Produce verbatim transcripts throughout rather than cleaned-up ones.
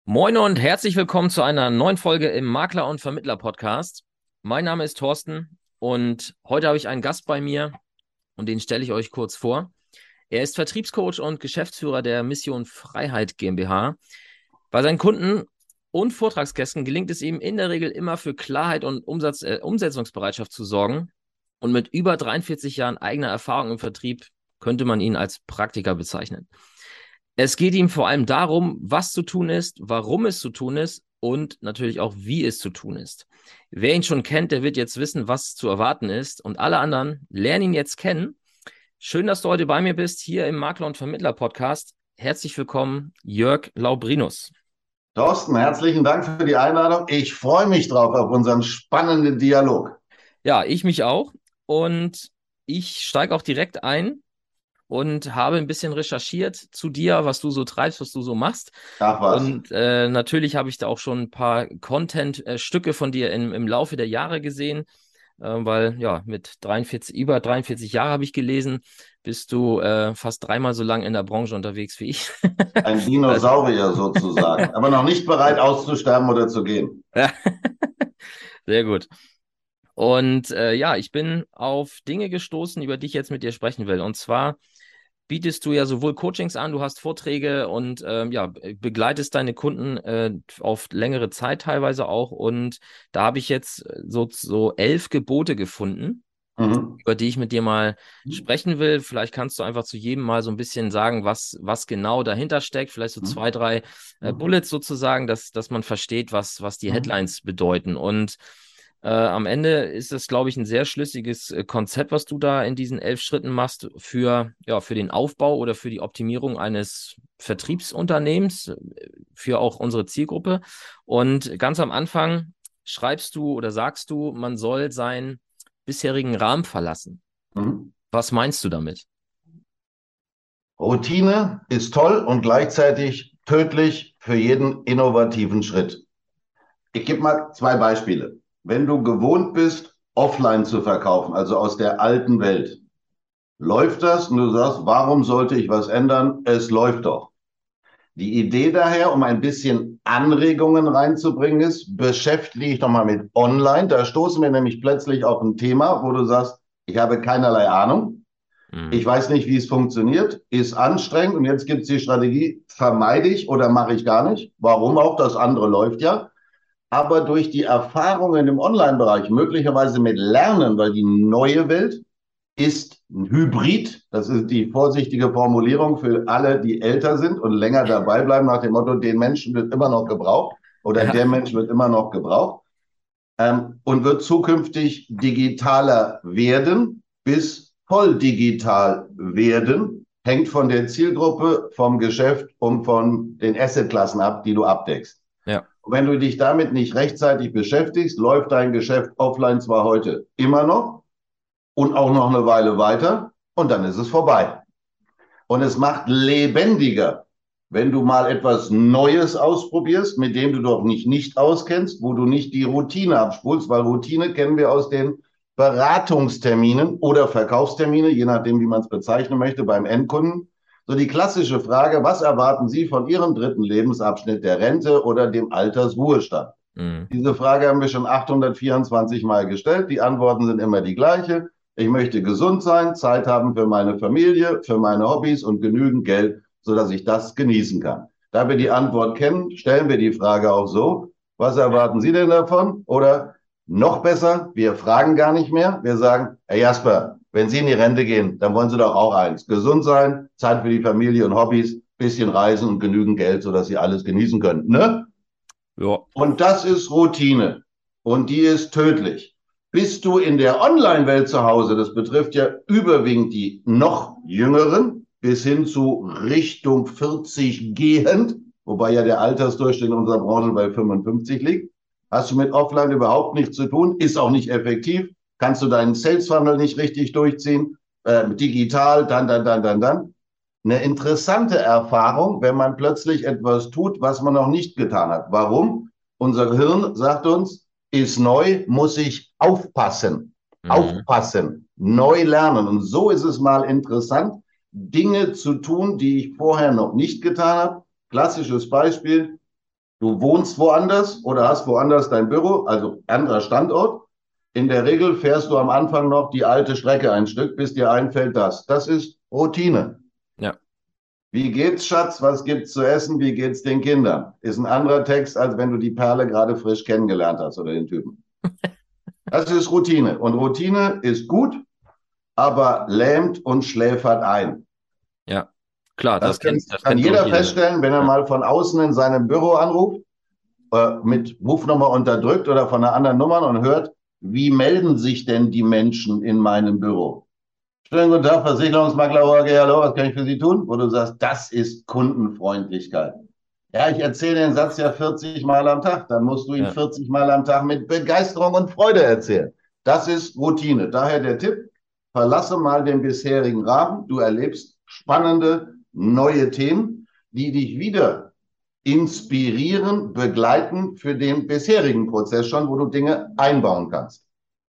Moin und herzlich willkommen zu einer neuen Folge im Makler- und Vermittler-Podcast. Mein Name ist Thorsten und heute habe ich einen Gast bei mir und den stelle ich euch kurz vor. Er ist Vertriebscoach und Geschäftsführer der Mission Freiheit GmbH. Bei seinen Kunden und Vortragsgästen gelingt es ihm in der Regel immer für Klarheit und Umsatz, äh, Umsetzungsbereitschaft zu sorgen. Und mit über dreiundvierzig Jahren eigener Erfahrung im Vertrieb könnte man ihn als Praktiker bezeichnen. Es geht ihm vor allem darum, was zu tun ist, warum es zu tun ist und natürlich auch, wie es zu tun ist. Wer ihn schon kennt, der wird jetzt wissen, was zu erwarten ist. Und alle anderen lernen ihn jetzt kennen. Schön, dass du heute bei mir bist, hier im Makler- und Vermittler-Podcast. Herzlich willkommen, Jörg Laubrinus. Thorsten, herzlichen Dank für die Einladung. Ich freue mich drauf auf unseren spannenden Dialog. Ja, ich mich auch. Und ich steige auch direkt ein und habe ein bisschen recherchiert zu dir, was du so treibst, was du so machst. Ach was. Und äh, natürlich habe ich da auch schon ein paar Content-Stücke von dir im, im Laufe der Jahre gesehen, äh, weil ja, mit dreiundvierzig, über dreiundvierzig Jahre habe ich gelesen, bist du äh, fast dreimal so lang in der Branche unterwegs wie ich. Ein Also, Dinosaurier sozusagen, aber noch nicht bereit auszusterben oder zu gehen. ja, sehr gut. Und äh, ja, ich bin auf Dinge gestoßen, über die ich jetzt mit dir sprechen will. Und zwar bietest du ja sowohl Coachings an, du hast Vorträge und ähm, ja, begleitest deine Kunden äh, auf längere Zeit teilweise auch. Und da habe ich jetzt so, so elf Gebote gefunden, Mhm. über die ich mit dir mal sprechen will. Vielleicht kannst du einfach zu jedem mal so ein bisschen sagen, was, was genau dahinter steckt. Vielleicht so zwei, Mhm. drei äh, Mhm. Bullets sozusagen, dass, dass man versteht, was, was die Mhm. Headlines bedeuten. Und äh, am Ende ist es, glaube ich, ein sehr schlüssiges äh, Konzept, was du da in diesen elf Schritten machst für, ja, für den Aufbau oder für die Optimierung eines Vertriebsunternehmens, äh, für auch unsere Zielgruppe. Und ganz am Anfang schreibst du oder sagst du, man soll seinen bisherigen Rahmen verlassen. Mhm. Was meinst du damit? Routine ist toll und gleichzeitig tödlich für jeden innovativen Schritt. Ich gebe mal zwei Beispiele. Wenn du gewohnt bist, offline zu verkaufen, also aus der alten Welt, läuft das und du sagst, warum sollte ich was ändern? Es läuft doch. Die Idee daher, um ein bisschen Anregungen reinzubringen, ist, beschäftige dich doch mal mit Online. Da stoßen wir nämlich plötzlich auf ein Thema, wo du sagst, ich habe keinerlei Ahnung. Mhm. Ich weiß nicht, wie es funktioniert, ist anstrengend und jetzt gibt es die Strategie, vermeide ich oder mache ich gar nicht. Warum auch? Das andere läuft ja. Aber durch die Erfahrungen im Online-Bereich, möglicherweise mit Lernen, weil die neue Welt ist ein Hybrid. Das ist die vorsichtige Formulierung für alle, die älter sind und länger dabei bleiben, nach dem Motto, den Menschen wird immer noch gebraucht oder Ja. der Mensch wird immer noch gebraucht, ähm, und wird zukünftig digitaler werden bis voll digital werden. Hängt von der Zielgruppe, vom Geschäft und von den Assetklassen ab, die du abdeckst. Ja. Und wenn du dich damit nicht rechtzeitig beschäftigst, läuft dein Geschäft offline zwar heute immer noch, und auch noch eine Weile weiter und dann ist es vorbei. Und es macht lebendiger, wenn du mal etwas Neues ausprobierst, mit dem du doch nicht nicht auskennst, wo du nicht die Routine abspulst, weil Routine kennen wir aus den Beratungsterminen oder Verkaufstermine, je nachdem, wie man es bezeichnen möchte, beim Endkunden. So die klassische Frage, was erwarten Sie von Ihrem dritten Lebensabschnitt der Rente oder dem Altersruhestand? Mhm. Diese Frage haben wir schon achthundertvierundzwanzig Mal gestellt. Die Antworten sind immer die gleiche. Ich möchte gesund sein, Zeit haben für meine Familie, für meine Hobbys und genügend Geld, sodass ich das genießen kann. Da wir die Antwort kennen, stellen wir die Frage auch so. Was erwarten Sie denn davon? Oder noch besser, wir fragen gar nicht mehr. Wir sagen, Herr Jasper, wenn Sie in die Rente gehen, dann wollen Sie doch auch eins. Gesund sein, Zeit für die Familie und Hobbys, bisschen reisen und genügend Geld, sodass Sie alles genießen können. Ne? Ja. Und das ist Routine. Und die ist tödlich. Bist du in der Online-Welt zu Hause, das betrifft ja überwiegend die noch Jüngeren, bis hin zu Richtung vierzig gehend, wobei ja der Altersdurchschnitt in unserer Branche bei fünfundfünfzig liegt. Hast du mit Offline überhaupt nichts zu tun, ist auch nicht effektiv, kannst du deinen Sales Funnel nicht richtig durchziehen, äh, digital, dann, dann, dann, dann, dann. Eine interessante Erfahrung, wenn man plötzlich etwas tut, was man noch nicht getan hat. Warum? Unser Gehirn sagt uns, ist neu, muss ich aufpassen. Mhm. Aufpassen, neu lernen. Und so ist es mal interessant, Dinge zu tun, die ich vorher noch nicht getan habe. Klassisches Beispiel, Du wohnst woanders oder hast woanders dein Büro, also anderer Standort. In der Regel fährst du am Anfang noch die alte Strecke ein Stück, bis dir einfällt das. Das ist Routine. Ja. Wie geht's, Schatz? Was gibt's zu essen? Wie geht's den Kindern? Ist ein anderer Text, als wenn du die Perle gerade frisch kennengelernt hast oder den Typen. Das ist Routine. Und Routine ist gut, aber lähmt und schläfert ein. Ja, klar, Das das kann, kennt, das kann kennt, glaub jeder ich, jeder. feststellen, wenn er Ja. mal von außen in seinem Büro anruft, äh, mit Rufnummer unterdrückt oder von einer anderen Nummer und hört, wie melden sich denn die Menschen in meinem Büro? Schönen guten Tag, Versicherungsmakler O A G, hallo, was kann ich für Sie tun? Wo du sagst, das ist Kundenfreundlichkeit. Ja, ich erzähle den Satz ja vierzig Mal am Tag, dann musst du ihn Ja. vierzig Mal am Tag mit Begeisterung und Freude erzählen. Das ist Routine. Daher der Tipp, verlasse mal den bisherigen Rahmen, du erlebst spannende neue Themen, die dich wieder inspirieren, begleiten für den bisherigen Prozess schon, wo du Dinge einbauen kannst.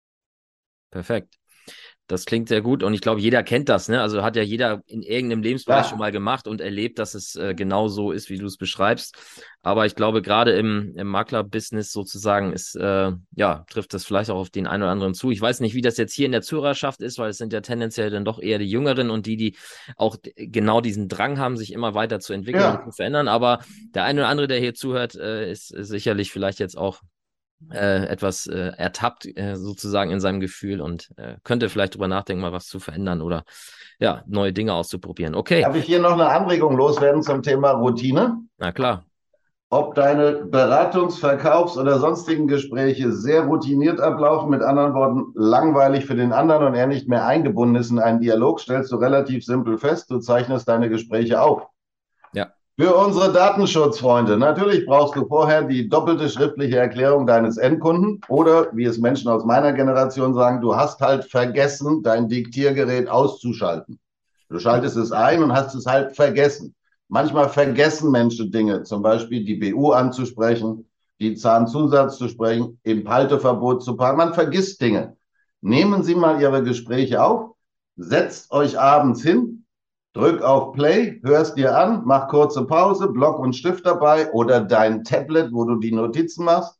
Perfekt. Das klingt sehr gut und ich glaube, jeder kennt das, ne? Also hat ja jeder in irgendeinem Lebensbereich Ja. schon mal gemacht und erlebt, dass es äh, genau so ist, wie du es beschreibst. Aber ich glaube, gerade im, im Makler-Business sozusagen ist, äh, ja, trifft das vielleicht auch auf den einen oder anderen zu. Ich weiß nicht, wie das jetzt hier in der Zuhörerschaft ist, weil es sind ja tendenziell dann doch eher die Jüngeren und die, die auch d- genau diesen Drang haben, sich immer weiter zu entwickeln und Ja. zu verändern. Aber der eine oder andere, der hier zuhört, äh, ist, ist sicherlich vielleicht jetzt auch äh, etwas äh, ertappt äh, sozusagen in seinem Gefühl und äh, könnte vielleicht drüber nachdenken, mal was zu verändern oder ja, neue Dinge auszuprobieren. Okay, Darf ich hier noch eine Anregung loswerden zum Thema Routine? na klar. Ob deine Beratungs-, Verkaufs- oder sonstigen Gespräche sehr routiniert ablaufen, mit anderen Worten langweilig für den anderen und er nicht mehr eingebunden ist in einen Dialog, stellst du relativ simpel fest, du zeichnest deine Gespräche auf. Ja, Für unsere Datenschutzfreunde, natürlich brauchst du vorher die doppelte schriftliche Erklärung deines Endkunden oder, wie es Menschen aus meiner Generation sagen, du hast halt vergessen, dein Diktiergerät auszuschalten. Du schaltest es ein und hast es halt vergessen. Manchmal vergessen Menschen Dinge, zum Beispiel die B U anzusprechen, die Zahnzusatz zu sprechen, im Halteverbot zu parken. Man vergisst Dinge. Nehmen Sie mal Ihre Gespräche auf, setzt euch abends hin, drück auf Play, hörst dir an, mach kurze Pause, Block und Stift dabei oder dein Tablet, wo du die Notizen machst.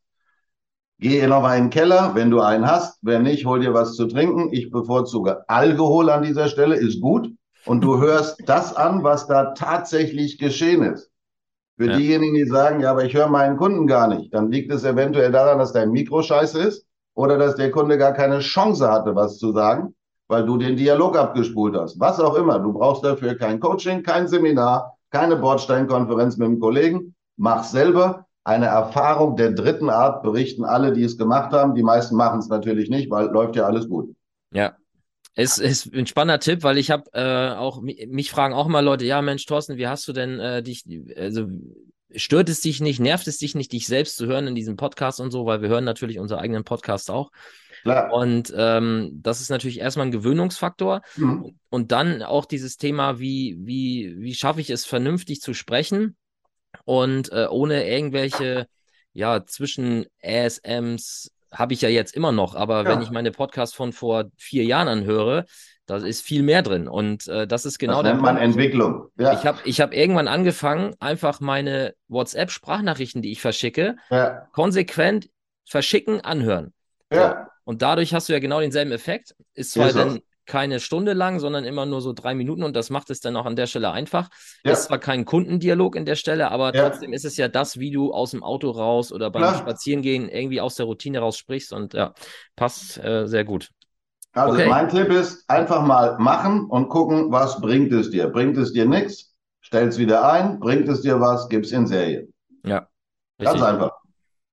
Geh nochmal in den Keller, wenn du einen hast. Wenn nicht, hol dir was zu trinken. Ich bevorzuge Alkohol an dieser Stelle, ist gut. Und du hörst das an, was da tatsächlich geschehen ist. Für ja, diejenigen, die sagen, ja, aber ich höre meinen Kunden gar nicht, dann liegt es eventuell daran, dass dein Mikro scheiße ist oder dass der Kunde gar keine Chance hatte, was zu sagen, weil du den Dialog abgespult hast. Was auch immer. Du brauchst dafür kein Coaching, kein Seminar, keine Bordsteinkonferenz mit dem Kollegen. Mach selber. Eine Erfahrung der dritten Art berichten alle, die es gemacht haben. Die meisten machen es natürlich nicht, weil läuft ja alles gut. ja. Es ist ein spannender Tipp, weil ich habe äh, auch, mi- mich fragen auch mal Leute, ja Mensch, Thorsten, wie hast du denn äh, dich, also stört es dich nicht, nervt es dich nicht, dich selbst zu hören in diesem Podcast und so, weil wir hören natürlich unsere eigenen Podcasts auch. Klar. Und ähm, das ist natürlich erstmal ein Gewöhnungsfaktor. Mhm. Und dann auch dieses Thema, wie, wie, wie schaffe ich es, vernünftig zu sprechen und äh, ohne irgendwelche, ja, zwischen A S Ms habe ich ja jetzt immer noch, aber wenn ich Ja, meine Podcasts von vor vier Jahren anhöre, da ist viel mehr drin. Und äh, das ist genau das der nennt man Punkt. Entwicklung. Ich Ja, habe ich hab irgendwann angefangen, einfach meine WhatsApp-Sprachnachrichten, die ich verschicke, ja, konsequent verschicken, anhören. So. ja, Und dadurch hast du ja genau denselben Effekt. Ist zwar ist dann so. keine Stunde lang, sondern immer nur so drei Minuten und das macht es dann auch an der Stelle einfach. Ist Ja, zwar kein Kundendialog in der Stelle, aber ja, trotzdem ist es ja das, wie du aus dem Auto raus oder beim klar. Spazierengehen irgendwie aus der Routine raus sprichst und ja, passt äh, sehr gut. Also Okay, mein Tipp ist, einfach mal machen und gucken, was bringt es dir. Bringt es dir nichts, stell's wieder ein. Bringt es dir was, gib's in Serie. ja, Ganz richtig. einfach.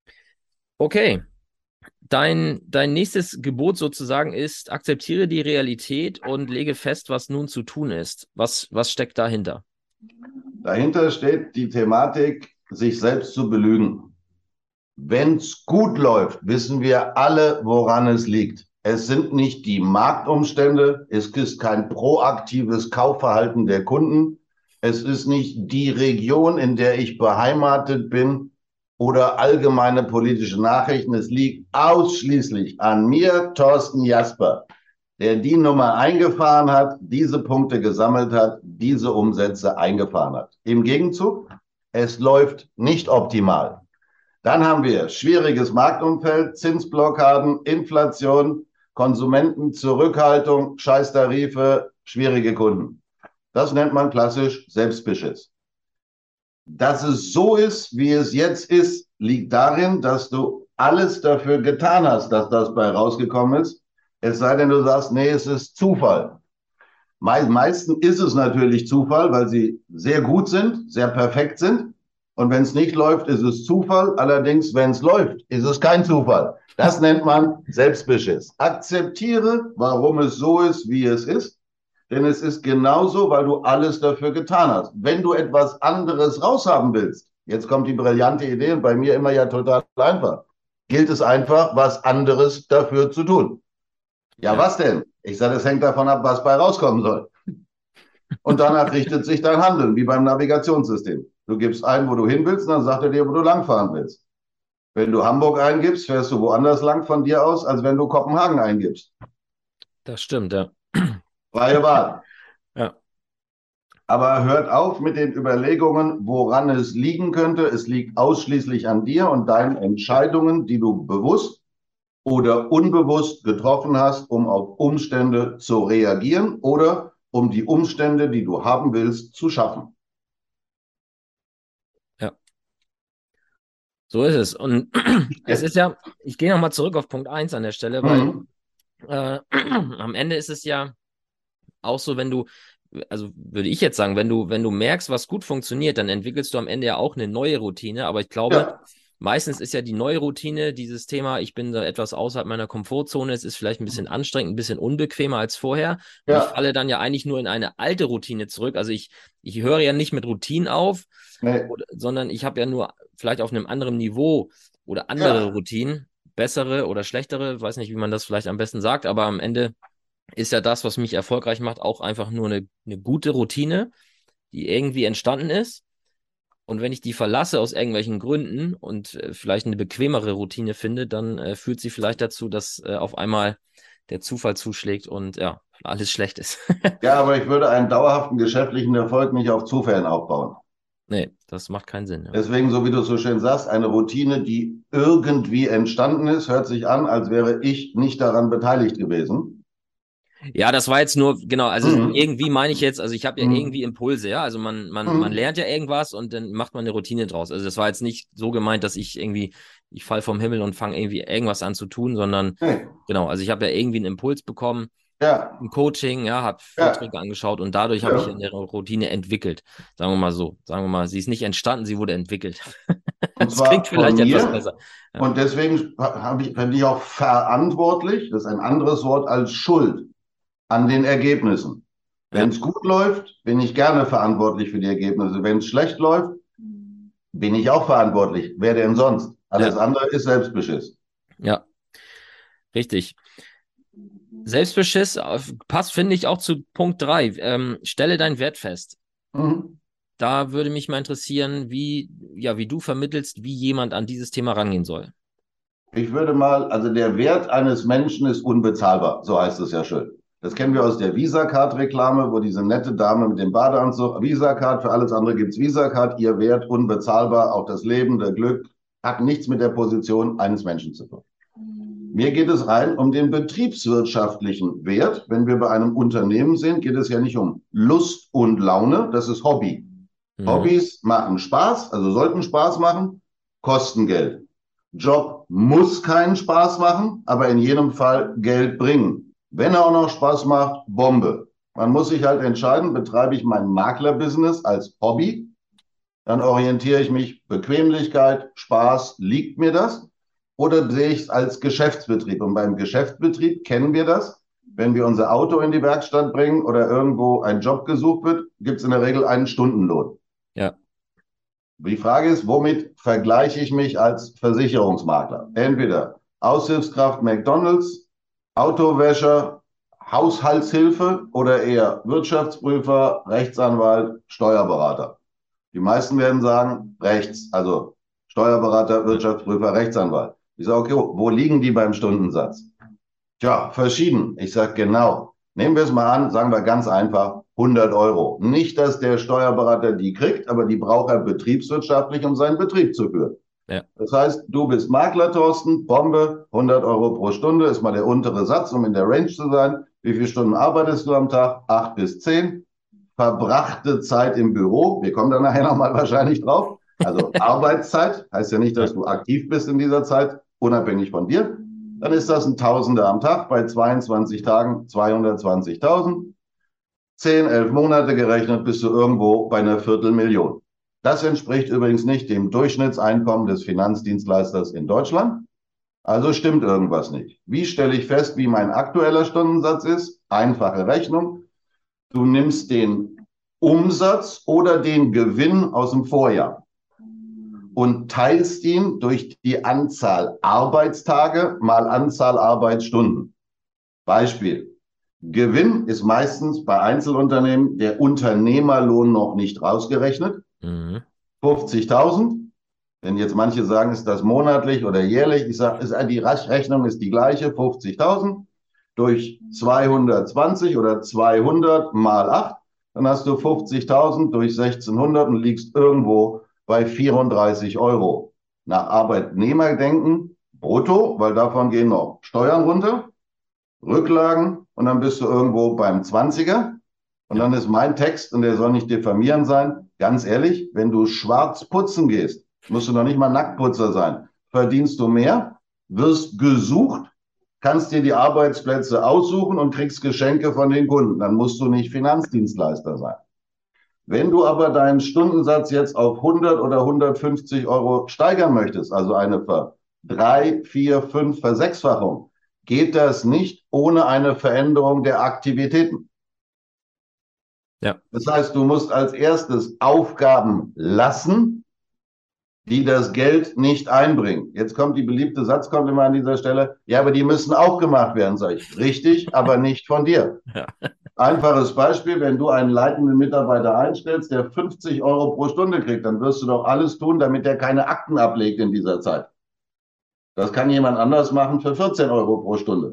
Okay. Dein, dein nächstes Gebot sozusagen ist, akzeptiere die Realität und lege fest, was nun zu tun ist. Was, was steckt dahinter? Dahinter steht die Thematik, sich selbst zu belügen. Wenn's gut läuft, wissen wir alle, woran es liegt. Es sind nicht die Marktumstände, es ist kein proaktives Kaufverhalten der Kunden, es ist nicht die Region, in der ich beheimatet bin oder allgemeine politische Nachrichten. Es liegt ausschließlich an mir, Thorsten Jasper, der die Nummer eingefahren hat, diese Punkte gesammelt hat, diese Umsätze eingefahren hat. Im Gegenzug, es läuft nicht optimal. Dann haben wir schwieriges Marktumfeld, Zinsblockaden, Inflation, Konsumentenzurückhaltung, Scheißtarife, schwierige Kunden. Das nennt man klassisch Selbstbeschiss. Dass es so ist, wie es jetzt ist, liegt darin, dass du alles dafür getan hast, dass das bei rausgekommen ist. Es sei denn, du sagst, nee, es ist Zufall. Me meistens ist es natürlich Zufall, weil sie sehr gut sind, sehr perfekt sind. Und wenn es nicht läuft, ist es Zufall. Allerdings, wenn es läuft, ist es kein Zufall. Das nennt man Selbstbeschiss. Akzeptiere, warum es so ist, wie es ist. Denn es ist genauso, weil du alles dafür getan hast. Wenn du etwas anderes raushaben willst, jetzt kommt die brillante Idee und bei mir immer ja total einfach, gilt es einfach, was anderes dafür zu tun. Ja, ja. Was denn? Ich sage, es hängt davon ab, was bei rauskommen soll. Und danach richtet sich dein Handeln, wie beim Navigationssystem. Du gibst ein, wo du hin willst, und dann sagt er dir, wo du langfahren willst. Wenn du Hamburg eingibst, fährst du woanders lang von dir aus, als wenn du Kopenhagen eingibst. Das stimmt, ja. Freie Wahl. Ja. Aber hört auf mit den Überlegungen, woran es liegen könnte. Es liegt ausschließlich an dir und deinen Entscheidungen, die du bewusst oder unbewusst getroffen hast, um auf Umstände zu reagieren oder um die Umstände, die du haben willst, zu schaffen. Ja. So ist es. Und es ist ja, ich gehe nochmal zurück auf Punkt eins an der Stelle, weil mhm. äh, am Ende ist es ja auch so, wenn du, also würde ich jetzt sagen, wenn du, wenn du merkst, was gut funktioniert, dann entwickelst du am Ende ja auch eine neue Routine. Aber ich glaube, ja. meistens ist ja die neue Routine dieses Thema, ich bin da etwas außerhalb meiner Komfortzone, es ist vielleicht ein bisschen anstrengend, ein bisschen unbequemer als vorher. Und ja. ich falle dann ja eigentlich nur in eine alte Routine zurück. Also ich, ich höre ja nicht mit Routinen auf, nee. oder, sondern ich habe ja nur vielleicht auf einem anderen Niveau oder andere ja. Routinen, bessere oder schlechtere, weiß nicht, wie man das vielleicht am besten sagt, aber am Ende ist ja das, was mich erfolgreich macht, auch einfach nur eine, eine gute Routine, die irgendwie entstanden ist. Und wenn ich die verlasse aus irgendwelchen Gründen und äh, vielleicht eine bequemere Routine finde, dann äh, führt sie vielleicht dazu, dass äh, auf einmal der Zufall zuschlägt und ja, alles schlecht ist. Ja, aber ich würde einen dauerhaften geschäftlichen Erfolg nicht auf Zufällen aufbauen. Nee, das macht keinen Sinn. Ja. Deswegen, so wie du so schön sagst, eine Routine, die irgendwie entstanden ist, hört sich an, als wäre ich nicht daran beteiligt gewesen. Ja, das war jetzt nur, genau, also mhm. irgendwie meine ich jetzt, also ich habe ja mhm. irgendwie Impulse, ja, also man, man, mhm. man lernt ja irgendwas und dann macht man eine Routine draus. Also das war jetzt nicht so gemeint, dass ich irgendwie, ich fall vom Himmel und fange irgendwie irgendwas an zu tun, sondern mhm. genau, also ich habe ja irgendwie einen Impuls bekommen, ja. ein Coaching, ja, habe Vorträge ja. angeschaut und dadurch ja. habe ich eine Routine entwickelt. Sagen wir mal so, sagen wir mal, sie ist nicht entstanden, sie wurde entwickelt. Und zwar klingt vielleicht von mir, etwas besser. Ja. Und deswegen habe ich, bin ich auch verantwortlich, das ist ein anderes Wort als Schuld, an den Ergebnissen. Wenn es ja. gut läuft, bin ich gerne verantwortlich für die Ergebnisse. Wenn es schlecht läuft, bin ich auch verantwortlich. Wer denn sonst? Alles ja. andere ist Selbstbeschiss. Ja, richtig. Selbstbeschiss passt, finde ich, auch zu Punkt drei. Ähm, stelle deinen Wert fest. Mhm. Da würde mich mal interessieren, wie, ja, wie du vermittelst, wie jemand an dieses Thema rangehen soll. Ich würde mal, also der Wert eines Menschen ist unbezahlbar, so heißt es ja schön. Das kennen wir aus der Visa-Card-Reklame, wo diese nette Dame mit dem Badeanzug, Visa-Card, für alles andere gibt's Visa-Card, ihr Wert unbezahlbar, auch das Leben, der Glück, hat nichts mit der Position eines Menschen zu tun. Mir geht es rein um den betriebswirtschaftlichen Wert. Wenn wir bei einem Unternehmen sind, geht es ja nicht um Lust und Laune, das ist Hobby. Mhm. Hobbys machen Spaß, also sollten Spaß machen, kosten Geld. Job muss keinen Spaß machen, aber in jedem Fall Geld bringen. Wenn er auch noch Spaß macht, Bombe. Man muss sich halt entscheiden, betreibe ich mein Maklerbusiness als Hobby, dann orientiere ich mich Bequemlichkeit, Spaß, liegt mir das? Oder sehe ich es als Geschäftsbetrieb? Und beim Geschäftsbetrieb kennen wir das. Wenn wir unser Auto in die Werkstatt bringen oder irgendwo ein Job gesucht wird, gibt es in der Regel einen Stundenlohn. Ja. Die Frage ist, womit vergleiche ich mich als Versicherungsmakler? Entweder Aushilfskraft McDonald's, Autowäscher, Haushaltshilfe oder eher Wirtschaftsprüfer, Rechtsanwalt, Steuerberater. Die meisten werden sagen, rechts, also Steuerberater, Wirtschaftsprüfer, Rechtsanwalt. Ich sage, okay, wo liegen die beim Stundensatz? Tja, verschieden. Ich sage genau. Nehmen wir es mal an, sagen wir ganz einfach, hundert Euro. Nicht, dass der Steuerberater die kriegt, aber die braucht er betriebswirtschaftlich, um seinen Betrieb zu führen. Ja. Das heißt, du bist Makler, Thorsten, Bombe, hundert Euro pro Stunde ist mal der untere Satz, um in der Range zu sein. Wie viele Stunden arbeitest du am Tag? Acht bis zehn. Verbrachte Zeit im Büro, wir kommen da nachher nochmal wahrscheinlich drauf. Also Arbeitszeit, heißt ja nicht, dass Ja. du aktiv bist in dieser Zeit, unabhängig von dir. Dann ist das ein Tausender am Tag, bei zweiundzwanzig Tagen zweihundertzwanzigtausend. Zehn, elf Monate gerechnet bist du irgendwo bei einer Viertelmillion. Das entspricht übrigens nicht dem Durchschnittseinkommen des Finanzdienstleisters in Deutschland. Also stimmt irgendwas nicht. Wie stelle ich fest, wie mein aktueller Stundensatz ist? Einfache Rechnung. Du nimmst den Umsatz oder den Gewinn aus dem Vorjahr und teilst ihn durch die Anzahl Arbeitstage mal Anzahl Arbeitsstunden. Beispiel. Gewinn ist meistens bei Einzelunternehmen der Unternehmerlohn noch nicht rausgerechnet. Mhm. fünfzigtausend. Wenn jetzt manche sagen, ist das monatlich oder jährlich, ich sage, die Rechnung ist die gleiche, fünfzigtausend durch zweihundertzwanzig oder zweihundert mal acht, dann hast du fünfzigtausend durch sechzehnhundert und liegst irgendwo bei vierunddreißig Euro. Nach Arbeitnehmerdenken brutto, weil davon gehen noch Steuern runter, Rücklagen und dann bist du irgendwo beim zwanziger. Und Ja. dann ist mein Text, und der soll nicht diffamierend sein, ganz ehrlich, wenn du schwarz putzen gehst, musst du noch nicht mal Nacktputzer sein, verdienst du mehr, wirst gesucht, kannst dir die Arbeitsplätze aussuchen und kriegst Geschenke von den Kunden. Dann musst du nicht Finanzdienstleister sein. Wenn du aber deinen Stundensatz jetzt auf hundert oder hundertfünfzig Euro steigern möchtest, also eine Ver drei, vier, fünf Versechsfachung, geht das nicht ohne eine Veränderung der Aktivitäten. Ja. Das heißt, du musst als erstes Aufgaben lassen, die das Geld nicht einbringen. Jetzt kommt die beliebte Satz, kommt immer an dieser Stelle, ja, aber die müssen auch gemacht werden, sage ich. Richtig, aber nicht von dir. Ja. Einfaches Beispiel, wenn du einen leitenden Mitarbeiter einstellst, der fünfzig Euro pro Stunde kriegt, dann wirst du doch alles tun, damit der keine Akten ablegt in dieser Zeit. Das kann jemand anders machen für vierzehn Euro pro Stunde.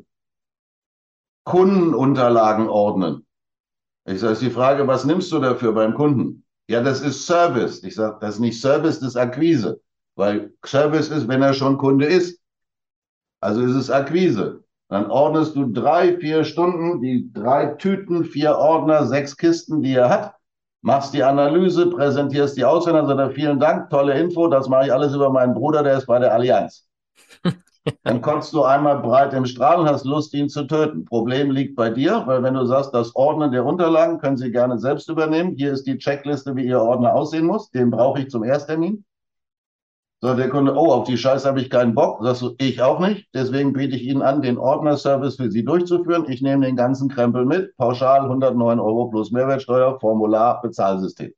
Kundenunterlagen ordnen. Ich sage, ist die Frage, was nimmst du dafür beim Kunden? Ja, das ist Service. Ich sage, das ist nicht Service, das ist Akquise. Weil Service ist, wenn er schon Kunde ist. Also ist es Akquise. Dann ordnest du drei, vier Stunden, die drei Tüten, vier Ordner, sechs Kisten, die er hat, machst die Analyse, präsentierst die Ausländer, sagt er, vielen Dank, tolle Info, das mache ich alles über meinen Bruder, der ist bei der Allianz. Dann kotzt du einmal breit im Strahl und hast Lust, ihn zu töten. Problem liegt bei dir, weil wenn du sagst, das Ordnen der Unterlagen können Sie gerne selbst übernehmen. Hier ist die Checkliste, wie Ihr Ordner aussehen muss. Den brauche ich zum Ersttermin. So, der Kunde, oh, auf die Scheiße habe ich keinen Bock. Sagst du, ich auch nicht. Deswegen biete ich Ihnen an, den Ordnerservice für Sie durchzuführen. Ich nehme den ganzen Krempel mit. Pauschal hundertneun Euro plus Mehrwertsteuer, Formular, Bezahlsystem.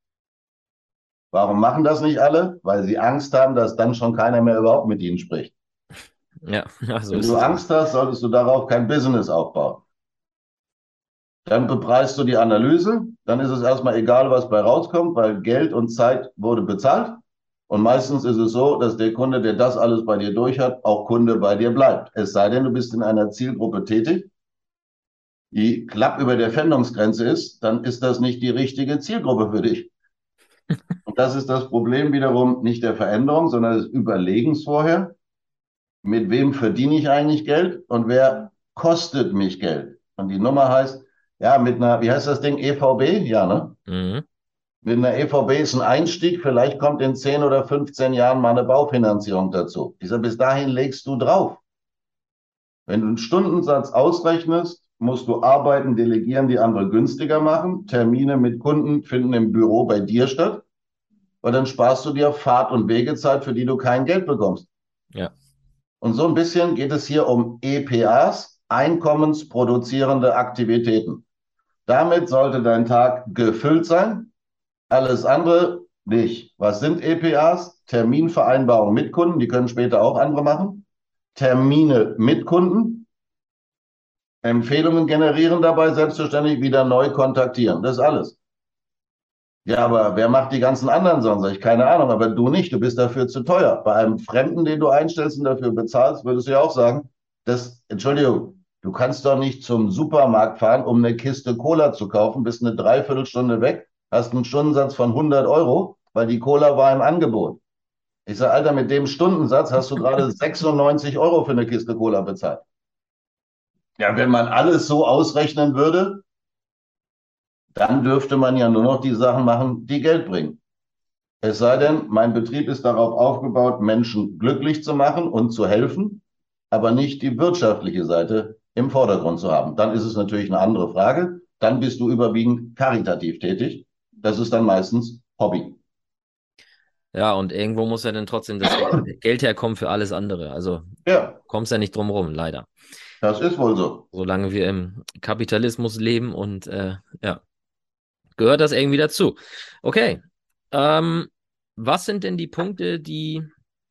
Warum machen das nicht alle? Weil sie Angst haben, dass dann schon keiner mehr überhaupt mit ihnen spricht. Ja, ja, so Wenn ist du es. Angst hast, solltest du darauf kein Business aufbauen. Dann bepreist du die Analyse, dann ist es erstmal egal, was bei rauskommt, weil Geld und Zeit wurde bezahlt. Und meistens ist es so, dass der Kunde, der das alles bei dir durch hat, auch Kunde bei dir bleibt. Es sei denn, du bist in einer Zielgruppe tätig, die knapp über der Pfändungsgrenze ist, dann ist das nicht die richtige Zielgruppe für dich. Und das ist das Problem wiederum nicht der Veränderung, sondern des Überlegens vorher. Mit wem verdiene ich eigentlich Geld und wer kostet mich Geld? Und die Nummer heißt, ja, mit einer, wie heißt das Ding, E V B? Ja, ne? Mhm. Mit einer E V B ist ein Einstieg, vielleicht kommt in zehn oder fünfzehn Jahren mal eine Baufinanzierung dazu. Ich sage, bis dahin legst du drauf. Wenn du einen Stundensatz ausrechnest, musst du Arbeiten delegieren, die andere günstiger machen. Termine mit Kunden finden im Büro bei dir statt. Und dann sparst du dir Fahrt- und Wegezeit, für die du kein Geld bekommst. Ja. Und so ein bisschen geht es hier um E P As, einkommensproduzierende Aktivitäten. Damit sollte dein Tag gefüllt sein, alles andere nicht. Was sind E P As? Terminvereinbarungen mit Kunden, die können später auch andere machen. Termine mit Kunden, Empfehlungen generieren dabei, selbstverständlich wieder neu kontaktieren. Das ist alles. Ja, aber wer macht die ganzen anderen sonst? Sag ich, keine Ahnung, aber du nicht, du bist dafür zu teuer. Bei einem Fremden, den du einstellst und dafür bezahlst, würdest du ja auch sagen, das, Entschuldigung, du kannst doch nicht zum Supermarkt fahren, um eine Kiste Cola zu kaufen, bist eine Dreiviertelstunde weg, hast einen Stundensatz von hundert Euro, weil die Cola war im Angebot. Ich sage, Alter, mit dem Stundensatz hast du gerade sechsundneunzig Euro für eine Kiste Cola bezahlt. Ja, wenn man alles so ausrechnen würde, dann dürfte man ja nur noch die Sachen machen, die Geld bringen. Es sei denn, mein Betrieb ist darauf aufgebaut, Menschen glücklich zu machen und zu helfen, aber nicht die wirtschaftliche Seite im Vordergrund zu haben. Dann ist es natürlich eine andere Frage. Dann bist du überwiegend karitativ tätig. Das ist dann meistens Hobby. Ja, und irgendwo muss ja dann trotzdem das Geld herkommen für alles andere. Also Ja, kommst ja nicht drum rum, leider. das ist wohl so. Solange wir im Kapitalismus leben und äh, ja, gehört das irgendwie dazu. Okay. Ähm, was sind denn die Punkte, die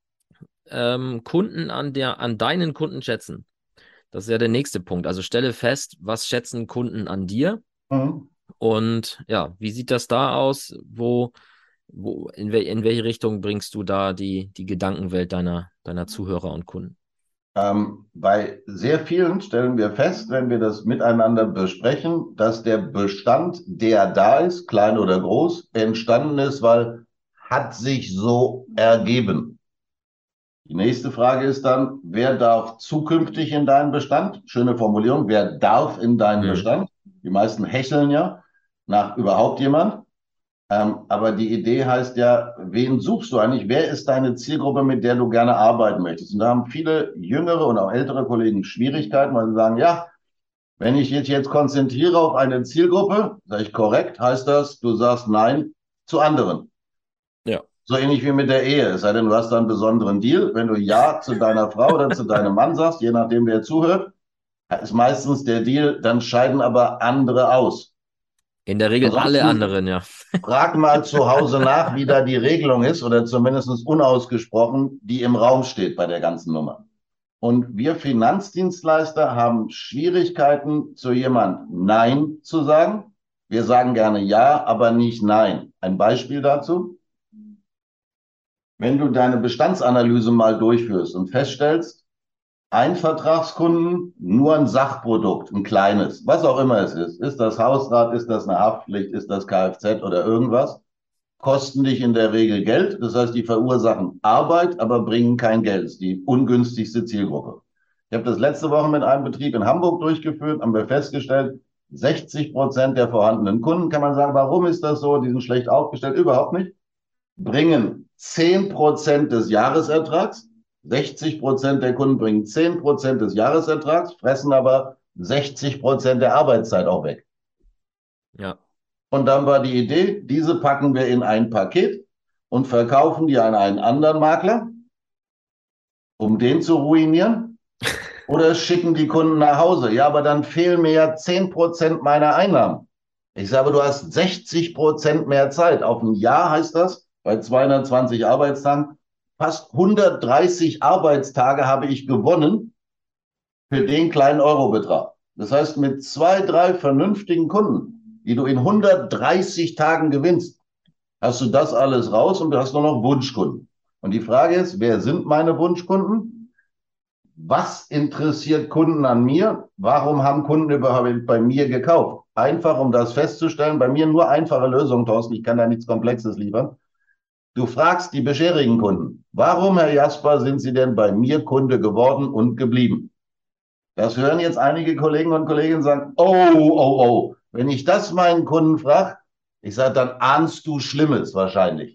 ähm, Kunden an der, an deinen Kunden schätzen? Das ist ja der nächste Punkt. Also stelle fest, was schätzen Kunden an dir? Mhm. Und ja, wie sieht das da aus? Wo, wo, in, wel, in welche Richtung bringst du da die, die Gedankenwelt deiner, deiner Zuhörer und Kunden? Ähm, bei sehr vielen stellen wir fest, wenn wir das miteinander besprechen, dass der Bestand, der da ist, klein oder groß, entstanden ist, weil hat sich so ergeben. Die nächste Frage ist dann, wer darf zukünftig in deinen Bestand? Schöne Formulierung, wer darf in deinen Mhm. Bestand? Die meisten hecheln ja nach überhaupt jemand. Ähm, aber die Idee heißt ja, wen suchst du eigentlich? Wer ist deine Zielgruppe, mit der du gerne arbeiten möchtest? Und da haben viele jüngere und auch ältere Kollegen Schwierigkeiten, weil sie sagen, ja, wenn ich jetzt, jetzt konzentriere auf eine Zielgruppe, sage ich korrekt, heißt das, du sagst Nein zu anderen. Ja. So ähnlich wie mit der Ehe. Es sei denn, du hast da einen besonderen Deal. Wenn du Ja zu deiner Frau oder zu deinem Mann sagst, je nachdem, wer zuhört, ist meistens der Deal, dann scheiden aber andere aus. In der Regel alle Ansonsten anderen, ja. frag mal zu Hause nach, wie da die Regelung ist oder zumindest unausgesprochen, die im Raum steht bei der ganzen Nummer. Und wir Finanzdienstleister haben Schwierigkeiten, zu jemand Nein zu sagen. Wir sagen gerne Ja, aber nicht Nein. Ein Beispiel dazu. Wenn du deine Bestandsanalyse mal durchführst und feststellst, ein Vertragskunden, nur ein Sachprodukt, ein kleines, was auch immer es ist. Ist das Hausrat, ist das eine Haftpflicht, ist das Kfz oder irgendwas? Kosten dich in der Regel Geld. Das heißt, die verursachen Arbeit, aber bringen kein Geld. Das ist die ungünstigste Zielgruppe. Ich habe das letzte Woche mit einem Betrieb in Hamburg durchgeführt, haben wir festgestellt, sechzig Prozent der vorhandenen Kunden, kann man sagen, warum ist das so? Die sind schlecht aufgestellt, überhaupt nicht, bringen zehn Prozent des Jahresertrags. sechzig Prozent der Kunden bringen zehn Prozent des Jahresertrags, fressen aber sechzig Prozent der Arbeitszeit auch weg. Ja. Und dann war die Idee, diese packen wir in ein Paket und verkaufen die an einen anderen Makler, um den zu ruinieren, oder schicken die Kunden nach Hause. Ja, aber dann fehlen mir ja zehn Prozent meiner Einnahmen. Ich sage, du hast sechzig Prozent mehr Zeit. Auf ein Jahr heißt das, bei zweihundertzwanzig Arbeitstagen, fast hundertdreißig Arbeitstage habe ich gewonnen für den kleinen Eurobetrag. Das heißt, mit zwei, drei vernünftigen Kunden, die du in hundertdreißig Tagen gewinnst, hast du das alles raus und du hast nur noch Wunschkunden. Und die Frage ist, wer sind meine Wunschkunden? Was interessiert Kunden an mir? Warum haben Kunden überhaupt bei mir gekauft? Einfach, um das festzustellen, bei mir nur einfache Lösungen, Thorsten, ich kann da nichts Komplexes liefern. Du fragst die bisherigen Kunden, warum, Herr Jasper, sind Sie denn bei mir Kunde geworden und geblieben? Das hören jetzt einige Kollegen und Kolleginnen sagen, oh, oh, oh, wenn ich das meinen Kunden frage, ich sage, dann ahnst du Schlimmes wahrscheinlich.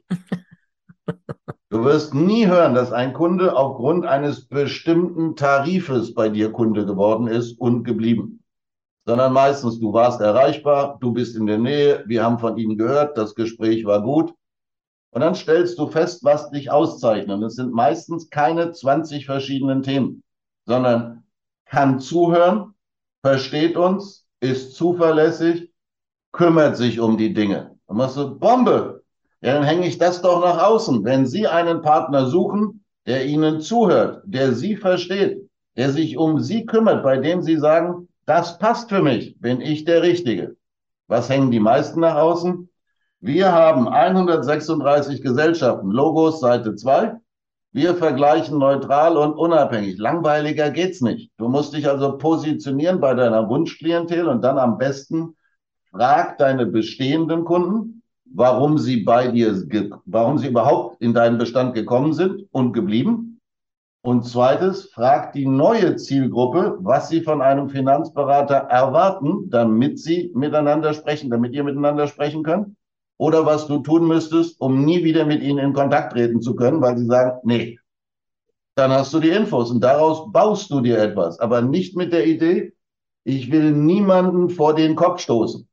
Du wirst nie hören, dass ein Kunde aufgrund eines bestimmten Tarifes bei dir Kunde geworden ist und geblieben, sondern meistens, du warst erreichbar, du bist in der Nähe, wir haben von Ihnen gehört, das Gespräch war gut. Und dann stellst du fest, was dich auszeichnet. Und es sind meistens keine zwanzig verschiedenen Themen, sondern kann zuhören, versteht uns, ist zuverlässig, kümmert sich um die Dinge. Dann machst du Bombe. Ja, dann hänge ich das doch nach außen. Wenn Sie einen Partner suchen, der Ihnen zuhört, der Sie versteht, der sich um Sie kümmert, bei dem Sie sagen, das passt für mich, bin ich der Richtige. Was hängen die meisten nach außen? Wir haben hundertsechsunddreißig Gesellschaften, Logos, Seite zwei. Wir vergleichen neutral und unabhängig. Langweiliger geht's nicht. Du musst dich also positionieren bei deiner Wunschklientel und dann am besten frag deine bestehenden Kunden, warum sie bei dir, warum sie überhaupt in deinen Bestand gekommen sind und geblieben. Und zweites, frag die neue Zielgruppe, was sie von einem Finanzberater erwarten, damit sie miteinander sprechen, damit ihr miteinander sprechen könnt. Oder was du tun müsstest, um nie wieder mit ihnen in Kontakt treten zu können, weil sie sagen, nee, dann hast du die Infos und daraus baust du dir etwas, aber nicht mit der Idee, ich will niemanden vor den Kopf stoßen.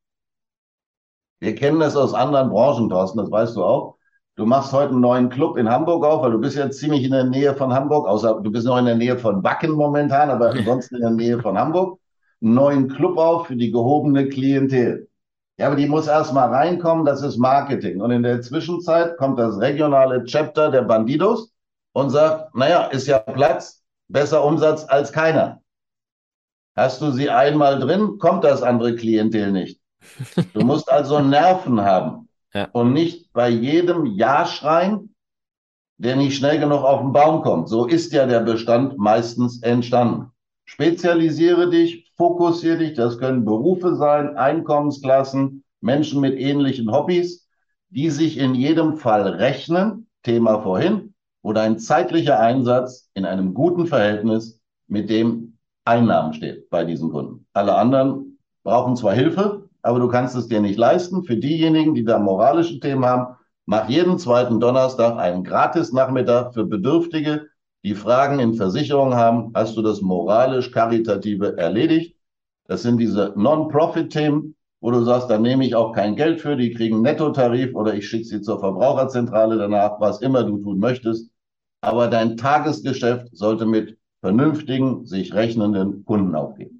Wir kennen das aus anderen Branchen, Thorsten, das weißt du auch. Du machst heute einen neuen Club in Hamburg auf, weil du bist ja ziemlich in der Nähe von Hamburg, außer du bist noch in der Nähe von Wacken momentan, aber ansonsten in der Nähe von Hamburg. Einen neuen Club auf für die gehobene Klientel. Ja, aber die muss erst mal reinkommen, das ist Marketing. Und in der Zwischenzeit kommt das regionale Chapter der Bandidos und sagt, naja, ist ja Platz, besser Umsatz als keiner. Hast du sie einmal drin, kommt das andere Klientel nicht. Du musst also Nerven haben Ja. und nicht bei jedem Ja schreien, der nicht schnell genug auf den Baum kommt. So ist ja der Bestand meistens entstanden. Spezialisiere dich, fokussiere dich, das können Berufe sein, Einkommensklassen, Menschen mit ähnlichen Hobbys, die sich in jedem Fall rechnen, Thema vorhin, wo dein zeitlicher Einsatz in einem guten Verhältnis mit dem Einnahmen steht bei diesen Kunden. Alle anderen brauchen zwar Hilfe, aber du kannst es dir nicht leisten. Für diejenigen, die da moralische Themen haben, mach jeden zweiten Donnerstag einen Gratis-Nachmittag für Bedürftige, die Fragen in Versicherungen haben. Hast du das moralisch-karitative erledigt? Das sind diese Non-Profit-Themen, wo du sagst, da nehme ich auch kein Geld für, die kriegen einen Nettotarif oder ich schicke sie zur Verbraucherzentrale danach, was immer du tun möchtest. Aber dein Tagesgeschäft sollte mit vernünftigen, sich rechnenden Kunden aufgehen.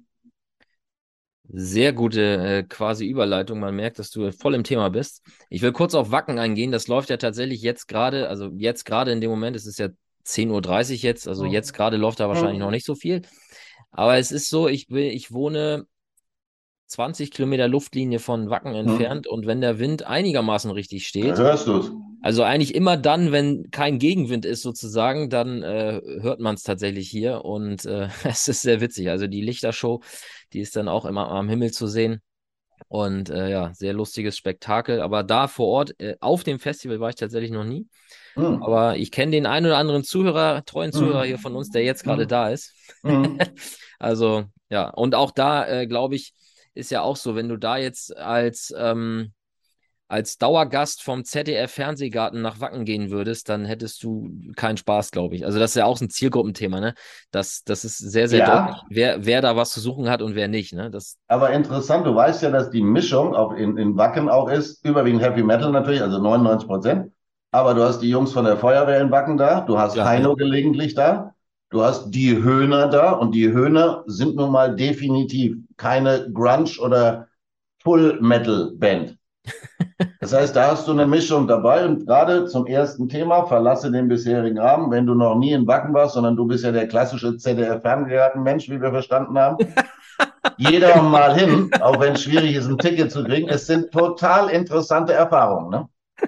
Sehr gute äh, quasi Überleitung. Man merkt, dass du voll im Thema bist. Ich will kurz auf Wacken eingehen. Das läuft ja tatsächlich jetzt gerade, also jetzt gerade in dem Moment, es ist ja zehn Uhr dreißig jetzt, also jetzt gerade läuft da wahrscheinlich noch nicht so viel. Aber es ist so, ich will, ich wohne zwanzig Kilometer Luftlinie von Wacken entfernt und wenn der Wind einigermaßen richtig Da steht, hörst du es. also eigentlich immer dann, wenn kein Gegenwind ist sozusagen, dann äh, hört man es tatsächlich hier und äh, es ist sehr witzig. Also die Lichtershow, die ist dann auch immer am Himmel zu sehen und äh, ja, sehr lustiges Spektakel. Aber da vor Ort, äh, auf dem Festival war ich tatsächlich noch nie. Hm. Aber ich kenne den einen oder anderen Zuhörer, treuen Zuhörer hier Hm. von uns, der jetzt gerade Hm. da ist. Hm. Also ja, und auch da, äh, glaube ich, ist ja auch so, wenn du da jetzt als ähm, als Dauergast vom Z D F-Fernsehgarten nach Wacken gehen würdest, dann hättest du keinen Spaß, glaube ich. Also das ist ja auch so ein Zielgruppenthema, ne? Das, das ist sehr, sehr Ja, deutlich, wer, wer da was zu suchen hat und wer nicht, ne? Das, aber interessant, du weißt ja, dass die Mischung auch in, in Wacken auch ist, überwiegend Heavy Metal natürlich, also neunundneunzig Prozent. Aber du hast die Jungs von der Feuerwehr in Wacken da, du hast ja, ja. Heino gelegentlich da, du hast die Höhner da und die Höhner sind nun mal definitiv keine Grunge- oder Full-Metal-Band. Das heißt, da hast du eine Mischung dabei und gerade zum ersten Thema, verlasse den bisherigen Rahmen, wenn du noch nie in Wacken warst, sondern du bist ja der klassische Z D F-Ferngehörten-Mensch, wie wir verstanden haben. Jeder mal hin, auch wenn es schwierig ist, ein Ticket zu kriegen. Es sind total interessante Erfahrungen, ne?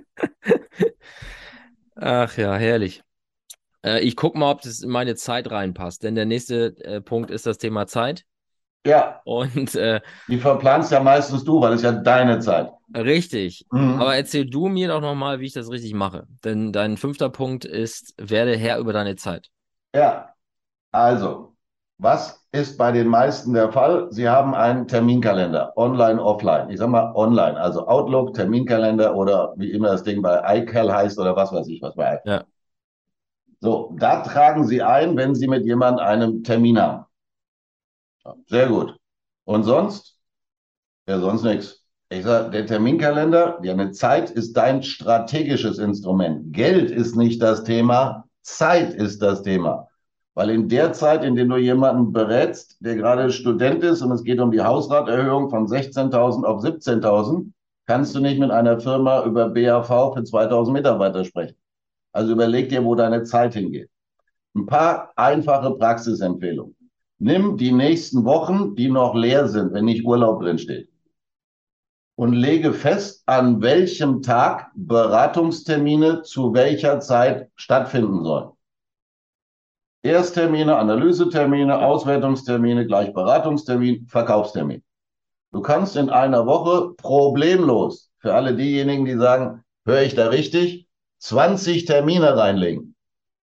Ach ja, herrlich. Äh, ich gucke mal, ob das in meine Zeit reinpasst, denn der nächste äh, Punkt ist das Thema Zeit. Ja, Und äh, die verplanst ja meistens du, weil es ja deine Zeit. richtig. Aber Mhm. erzähl du mir doch nochmal, wie ich das richtig mache. Denn dein fünfter Punkt ist, werde Herr über deine Zeit. Ja, also, was ist bei den meisten der Fall? Sie haben einen Terminkalender, online, offline. Ich sag mal online, also Outlook, Terminkalender oder wie immer das Ding bei iCal heißt oder was weiß ich, was bei iCal. Ja. So, da tragen Sie ein, wenn Sie mit jemandem einen Termin haben. Sehr gut. Und sonst? Ja, sonst nichts. Ich sage, der Terminkalender, ja, eine Zeit ist dein strategisches Instrument. Geld ist nicht das Thema, Zeit ist das Thema. Weil in der Zeit, in der du jemanden berätst, der gerade Student ist und es geht um die Hausraterhöhung von sechzehntausend auf siebzehntausend, kannst du nicht mit einer Firma über B A V für zweitausend Mitarbeiter sprechen. Also überleg dir, wo deine Zeit hingeht. Ein paar einfache Praxisempfehlungen. Nimm die nächsten Wochen, die noch leer sind, wenn nicht Urlaub drin steht, und lege fest, an welchem Tag Beratungstermine zu welcher Zeit stattfinden sollen. Ersttermine, Analysetermine, Auswertungstermine, gleich Beratungstermin, Verkaufstermin. Du kannst in einer Woche problemlos für alle diejenigen, die sagen, höre ich da richtig, zwanzig Termine reinlegen.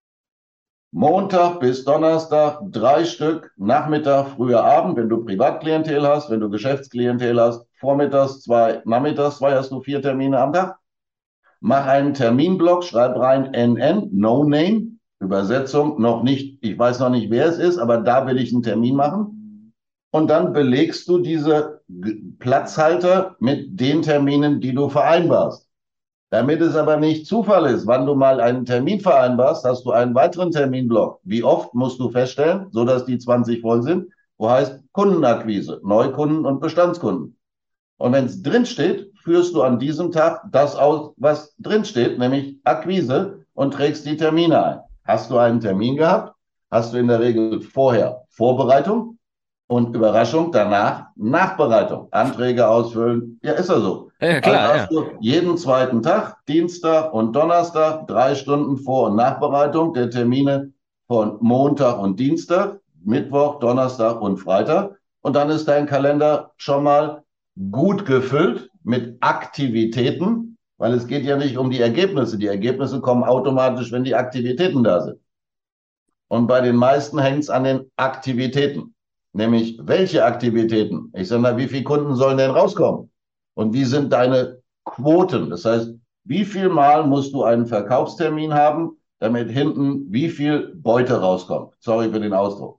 Montag bis Donnerstag drei Stück, Nachmittag, früher Abend, wenn du Privatklientel hast, wenn du Geschäftsklientel hast, vormittags zwei, nachmittags zwei, hast du vier Termine am Tag. Mach einen Terminblock, schreib rein N N, No Name, Übersetzung noch nicht, ich weiß noch nicht, wer es ist, aber da will ich einen Termin machen. Und dann belegst du diese Platzhalter mit den Terminen, die du vereinbarst. Damit es aber nicht Zufall ist, wann du mal einen Termin vereinbarst, hast du einen weiteren Terminblock. Wie oft musst du feststellen, so dass die zwanzig voll sind, wo heißt Kundenakquise, Neukunden und Bestandskunden. Und wenn es drinsteht, führst du an diesem Tag das aus, was drinsteht, nämlich Akquise, und trägst die Termine ein. Hast du einen Termin gehabt, hast du in der Regel vorher Vorbereitung und Überraschung, danach Nachbereitung. Anträge ausfüllen, ja, ist ja so. Ja, klar, also hast ja. du jeden zweiten Tag, Dienstag und Donnerstag, drei Stunden Vor- und Nachbereitung der Termine von Montag und Dienstag, Mittwoch, Donnerstag und Freitag. Und dann ist dein Kalender schon mal gut gefüllt mit Aktivitäten, weil es geht ja nicht um die Ergebnisse. Die Ergebnisse kommen automatisch, wenn die Aktivitäten da sind. Und bei den meisten hängt es an den Aktivitäten. Nämlich, welche Aktivitäten? Ich sage mal, wie viele Kunden sollen denn rauskommen? Und wie sind deine Quoten? Das heißt, wie viel Mal musst du einen Verkaufstermin haben, damit hinten wie viel Beute rauskommt? Sorry für den Ausdruck.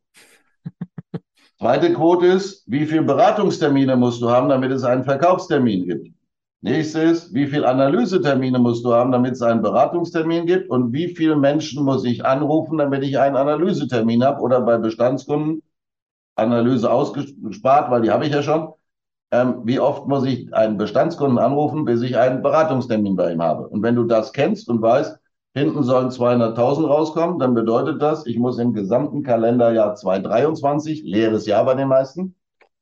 Zweite Quote ist, wie viel Beratungstermine musst du haben, damit es einen Verkaufstermin gibt? Nächste ist, wie viel Analysetermine musst du haben, damit es einen Beratungstermin gibt? Und wie viele Menschen muss ich anrufen, damit ich einen Analysetermin habe? Oder bei Bestandskunden Analyse ausgespart, weil die habe ich ja schon. Ähm, wie oft muss ich einen Bestandskunden anrufen, bis ich einen Beratungstermin bei ihm habe? Und wenn du das kennst und weißt, hinten sollen zweihunderttausend rauskommen, dann bedeutet das, ich muss im gesamten Kalenderjahr zweitausenddreiundzwanzig, leeres Jahr bei den meisten,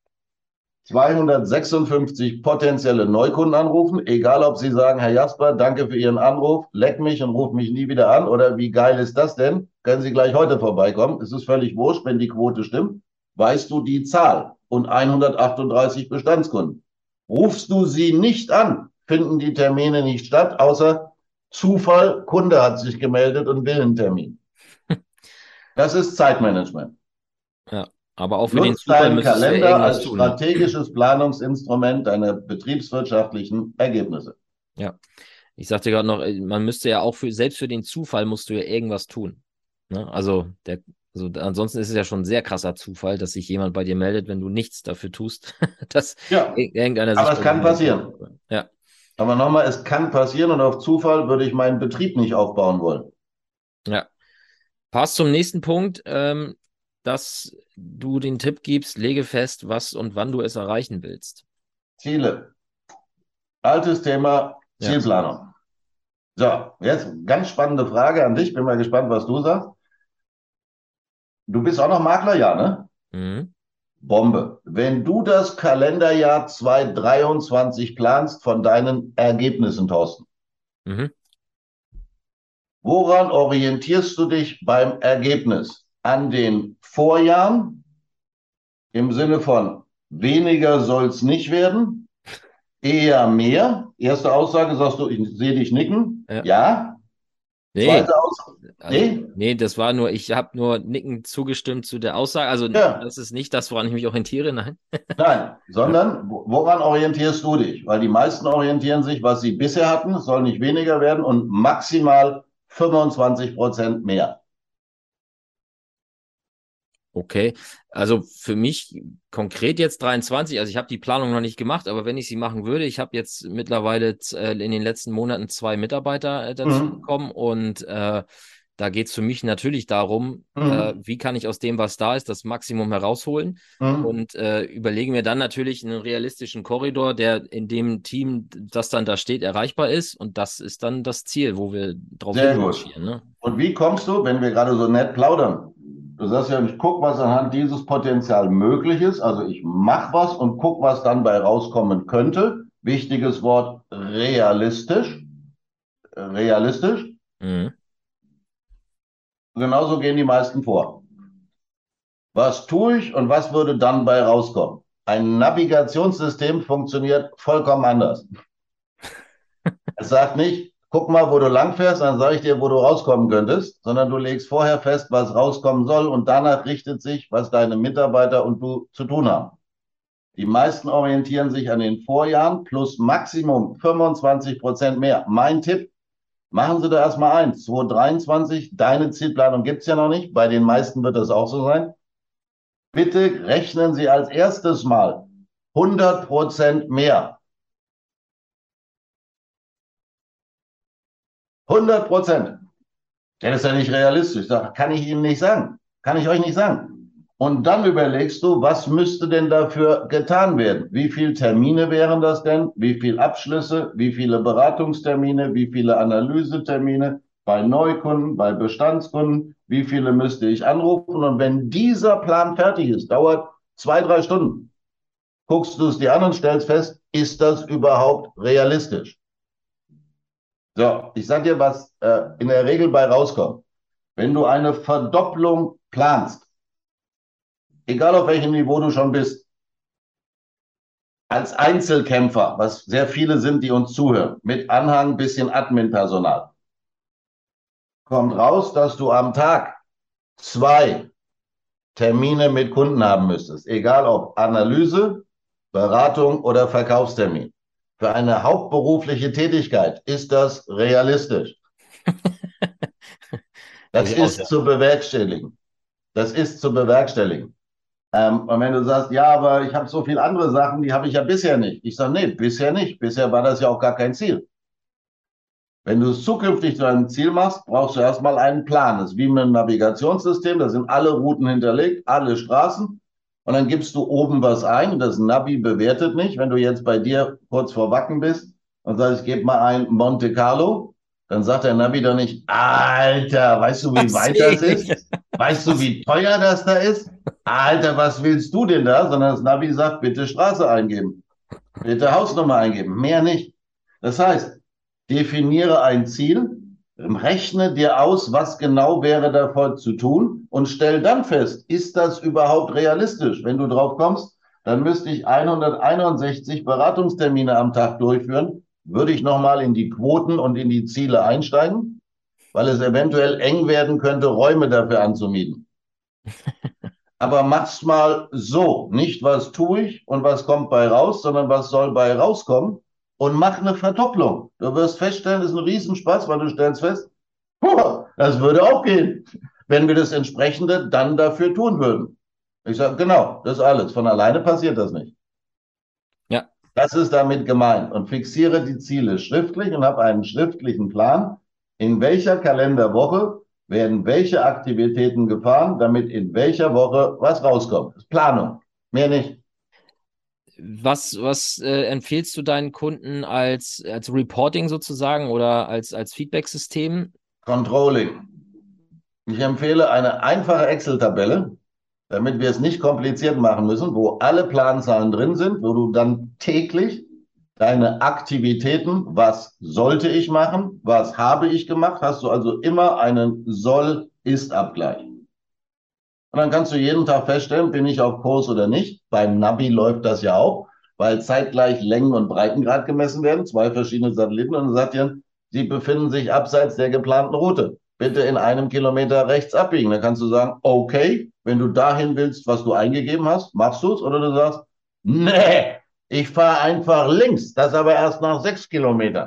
zweihundertsechsundfünfzig potenzielle Neukunden anrufen, egal ob sie sagen, Herr Jasper, danke für Ihren Anruf, leck mich und ruf mich nie wieder an, oder wie geil ist das denn? Können Sie gleich heute vorbeikommen? Es ist völlig wurscht, wenn die Quote stimmt. Weißt du die Zahl und hundertachtunddreißig Bestandskunden. Rufst du sie nicht an, finden die Termine nicht statt, außer Zufall, Kunde hat sich gemeldet und will einen Termin. Das ist Zeitmanagement. Ja, aber auch für den Nutzt Zufall deinen müsstest du ja Kalender irgendwas als tun, ne? strategisches Planungsinstrument deiner betriebswirtschaftlichen Ergebnisse. Ja. Ich sagte gerade noch, äh, man müsste ja auch für, selbst für den Zufall musst du ja irgendwas tun. Ne? Also, der, also ansonsten ist es ja schon ein sehr krasser Zufall, dass sich jemand bei dir meldet, wenn du nichts dafür tust, dass Ja, ir- irgendeiner sich aber es bei dir kann meldet. passieren. Ja, Aber nochmal, es kann passieren und auf Zufall würde ich meinen Betrieb nicht aufbauen wollen. ja. Passt zum nächsten Punkt, ähm, dass du den Tipp gibst, lege fest, was und wann du es erreichen willst. Ziele. Altes Thema, Ja. Zielplanung. So, jetzt ganz spannende Frage an dich. Bin mal gespannt, was du sagst. Du bist auch noch Makler, ja, ne? Mhm. Bombe. Wenn du das Kalenderjahr zweitausenddreiundzwanzig planst von deinen Ergebnissen, Thorsten, Mhm. woran orientierst du dich beim Ergebnis? An den Vorjahren im Sinne von weniger soll es nicht werden, eher mehr. Erste Aussage sagst du, ich sehe dich nicken. Ja. Ja. Nee, Zweite Aussage, also, nee, nee, das war nur, ich habe nur nickend zugestimmt zu der Aussage. Also, ja, das ist nicht das, woran ich mich orientiere, nein. nein, Ja. sondern wo- woran orientierst du dich? Weil die meisten orientieren sich, was sie bisher hatten, es soll nicht weniger werden und maximal fünfundzwanzig Prozent mehr. Okay, also für mich konkret jetzt dreiundzwanzig, also ich habe die Planung noch nicht gemacht, aber wenn ich sie machen würde, ich habe jetzt mittlerweile äh, in den letzten Monaten zwei Mitarbeiter äh, dazu Mhm. bekommen und äh, da geht es für mich natürlich darum, äh, Mhm. wie kann ich aus dem, was da ist, das Maximum herausholen Mhm. und äh, überlege mir dann natürlich einen realistischen Korridor, der in dem Team, das dann da steht, erreichbar ist und das ist dann das Ziel, wo wir drauf Sehr gut. hinmarschieren, ne? Und wie kommst du, wenn wir gerade so nett plaudern? Du sagst ja, ich gucke, was anhand dieses Potenzial möglich ist. Also ich mache was und guck, was dann bei rauskommen könnte. Wichtiges Wort, realistisch. Realistisch. Mhm. Genauso gehen die meisten vor. Was tue ich und was würde dann bei rauskommen? Ein Navigationssystem funktioniert vollkommen anders. Es sagt nicht, guck mal, wo du langfährst, dann sage ich dir, wo du rauskommen könntest, sondern du legst vorher fest, was rauskommen soll und danach richtet sich, was deine Mitarbeiter und du zu tun haben. Die meisten orientieren sich an den Vorjahren plus Maximum fünfundzwanzig Prozent mehr. Mein Tipp, machen Sie da erstmal eins. zwanzig dreiundzwanzig, deine Zielplanung gibt's ja noch nicht. Bei den meisten wird das auch so sein. Bitte rechnen Sie als erstes mal hundert Prozent mehr. hundert Prozent. Ja, das ist ja nicht realistisch. Das kann ich Ihnen nicht sagen. Kann ich euch nicht sagen. Und dann überlegst du, was müsste denn dafür getan werden? Wie viele Termine wären das denn? Wie viele Abschlüsse? Wie viele Beratungstermine? Wie viele Analysetermine bei Neukunden, bei Bestandskunden? Wie viele müsste ich anrufen? Und wenn dieser Plan fertig ist, dauert zwei, drei Stunden. Guckst du es dir an und stellst fest, ist das überhaupt realistisch? So, ich sag dir, was äh, in der Regel bei rauskommt. Wenn du eine Verdopplung planst, egal auf welchem Niveau du schon bist, als Einzelkämpfer, was sehr viele sind, die uns zuhören, mit Anhang bisschen Adminpersonal, kommt raus, dass du am Tag zwei Termine mit Kunden haben müsstest, egal ob Analyse, Beratung oder Verkaufstermin. Für eine hauptberufliche Tätigkeit ist das realistisch. Das Durchaus, ist ja. zu bewerkstelligen. Das ist zu bewerkstelligen. Ähm, und wenn du sagst, ja, aber ich habe so viele andere Sachen, die habe ich ja bisher nicht. Ich sage, nee, bisher nicht. Bisher war das ja auch gar kein Ziel. Wenn du es zukünftig zu einem Ziel machst, brauchst du erstmal einen Plan. Das ist wie mit einem Navigationssystem, da sind alle Routen hinterlegt, alle Straßen. Und dann gibst du oben was ein und das Navi bewertet nicht. Wenn du jetzt bei dir kurz vor Wacken bist und sagst, ich gebe mal ein Monte Carlo, dann sagt der Navi doch nicht, Alter, weißt du, wie Das weit sehe das ich nicht. ist? Weißt du, wie teuer das da ist? Alter, was willst du denn da? Sondern das Navi sagt, bitte Straße eingeben, bitte Hausnummer eingeben, mehr nicht. Das heißt, definiere ein Ziel, rechne dir aus, was genau wäre davor zu tun und stell dann fest, ist das überhaupt realistisch? Wenn du drauf kommst, dann müsste ich hunderteinundsechzig Beratungstermine am Tag durchführen, würde ich nochmal in die Quoten und in die Ziele einsteigen, weil es eventuell eng werden könnte, Räume dafür anzumieten. Aber mach's mal so, nicht was tue ich und was kommt bei raus, sondern was soll bei rauskommen und mach eine Verdopplung. Du wirst feststellen, das ist ein Riesenspaß, weil du stellst fest, puh, das würde auch gehen, wenn wir das entsprechende dann dafür tun würden. Ich sage, genau, das ist alles. Von alleine passiert das nicht. Ja, Das ist damit gemeint. Und fixiere die Ziele schriftlich und habe einen schriftlichen Plan, in welcher Kalenderwoche werden welche Aktivitäten gefahren, damit in welcher Woche was rauskommt. Das ist Planung, mehr nicht. was, was äh, empfiehlst du deinen Kunden als, als Reporting sozusagen oder als, als Feedback-System? Controlling. Ich empfehle eine einfache Excel-Tabelle, damit wir es nicht kompliziert machen müssen, wo alle Planzahlen drin sind, wo du dann täglich deine Aktivitäten, was sollte ich machen, was habe ich gemacht, hast du also immer einen Soll-Ist-Abgleich. Und dann kannst du jeden Tag feststellen, bin ich auf Kurs oder nicht. Beim Navi läuft das ja auch, weil zeitgleich Längen- und Breitengrad gemessen werden, zwei verschiedene Satelliten, und dann sagt ihr, sie befinden sich abseits der geplanten Route. Bitte in einem Kilometer rechts abbiegen. Dann kannst du sagen, okay, wenn du dahin willst, was du eingegeben hast, machst du es, oder du sagst, nee, ich fahre einfach links, das aber erst nach sechs Kilometern.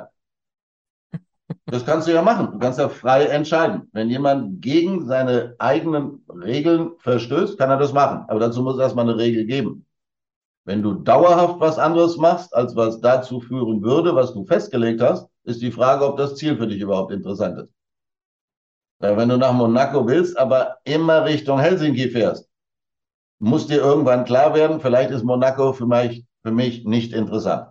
Das kannst du ja machen. Du kannst ja frei entscheiden. Wenn jemand gegen seine eigenen Regeln verstößt, kann er das machen. Aber dazu muss es erstmal eine Regel geben. Wenn du dauerhaft was anderes machst, als was dazu führen würde, was du festgelegt hast, ist die Frage, ob das Ziel für dich überhaupt interessant ist. Weil wenn du nach Monaco willst, aber immer Richtung Helsinki fährst, muss dir irgendwann klar werden, vielleicht ist Monaco für mich, für mich nicht interessant.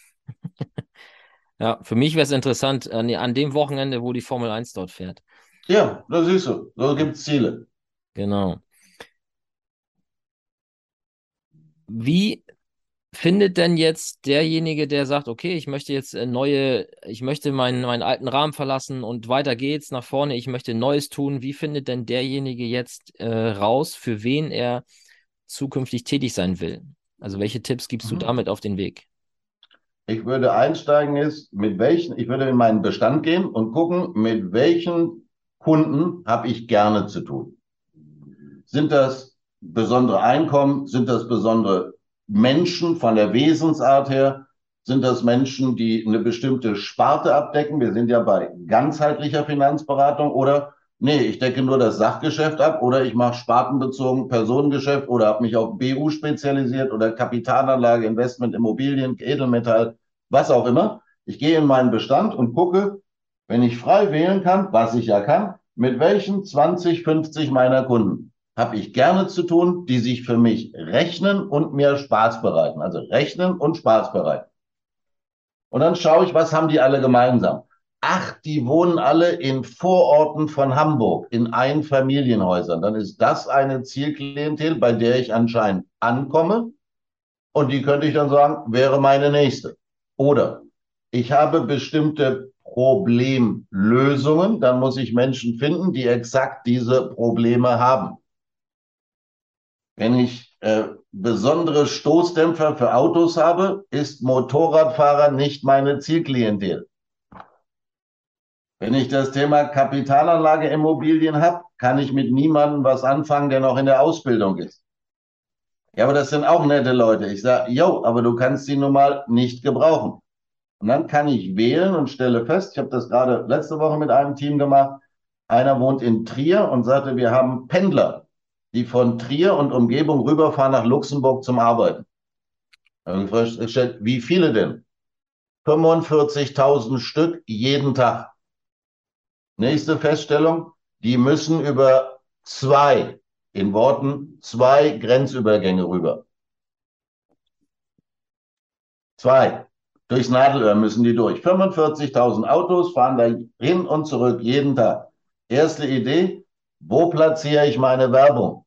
Ja, für mich wäre es interessant, an, an dem Wochenende, wo die Formel eins dort fährt. Ja, das siehst du. So gibt es Ziele. Genau. Wie findet denn jetzt derjenige, der sagt, okay, ich möchte jetzt äh, neue, ich möchte meinen, meinen alten Rahmen verlassen und weiter geht's nach vorne, ich möchte Neues tun. Wie findet denn derjenige jetzt äh, raus, für wen er zukünftig tätig sein will? Also welche Tipps gibst du Mhm. damit auf den Weg? Ich würde einsteigen ist, mit welchen, ich würde in meinen Bestand gehen und gucken, mit welchen Kunden habe ich gerne zu tun. Sind das besondere Einkommen? Sind das besondere Menschen von der Wesensart her? Sind das Menschen, die eine bestimmte Sparte abdecken? Wir sind ja bei ganzheitlicher Finanzberatung. Oder nee, ich decke nur das Sachgeschäft ab oder ich mache spartenbezogen Personengeschäft oder habe mich auf B U spezialisiert oder Kapitalanlage, Investment, Immobilien, Edelmetall, was auch immer. Ich gehe in meinen Bestand und gucke, wenn ich frei wählen kann, was ich ja kann, mit welchen zwanzig, fünfzig meiner Kunden habe ich gerne zu tun, die sich für mich rechnen und mir Spaß bereiten. Also rechnen und Spaß bereiten. Und dann schaue ich, was haben die alle gemeinsam? Ach, die wohnen alle in Vororten von Hamburg, in Einfamilienhäusern. Dann ist das eine Zielklientel, bei der ich anscheinend ankomme. Und die könnte ich dann sagen, wäre meine nächste. Oder ich habe bestimmte Problemlösungen. Dann muss ich Menschen finden, die exakt diese Probleme haben. Wenn ich äh, besondere Stoßdämpfer für Autos habe, ist Motorradfahrer nicht meine Zielklientel. Wenn ich das Thema Kapitalanlage Immobilien habe, kann ich mit niemandem was anfangen, der noch in der Ausbildung ist. Ja, aber das sind auch nette Leute. Ich sage, jo, aber du kannst sie nun mal nicht gebrauchen. Und dann kann ich wählen und stelle fest, ich habe das gerade letzte Woche mit einem Team gemacht, einer wohnt in Trier und sagte, wir haben Pendler, die von Trier und Umgebung rüberfahren nach Luxemburg zum Arbeiten. Da habe ich festgestellt, wie viele denn? fünfundvierzigtausend Stück jeden Tag. Nächste Feststellung, die müssen über zwei, in Worten, zwei Grenzübergänge rüber. Zwei. Durchs Nadelöhr müssen die durch. fünfundvierzigtausend Autos fahren da hin und zurück jeden Tag. Erste Idee, wo platziere ich meine Werbung?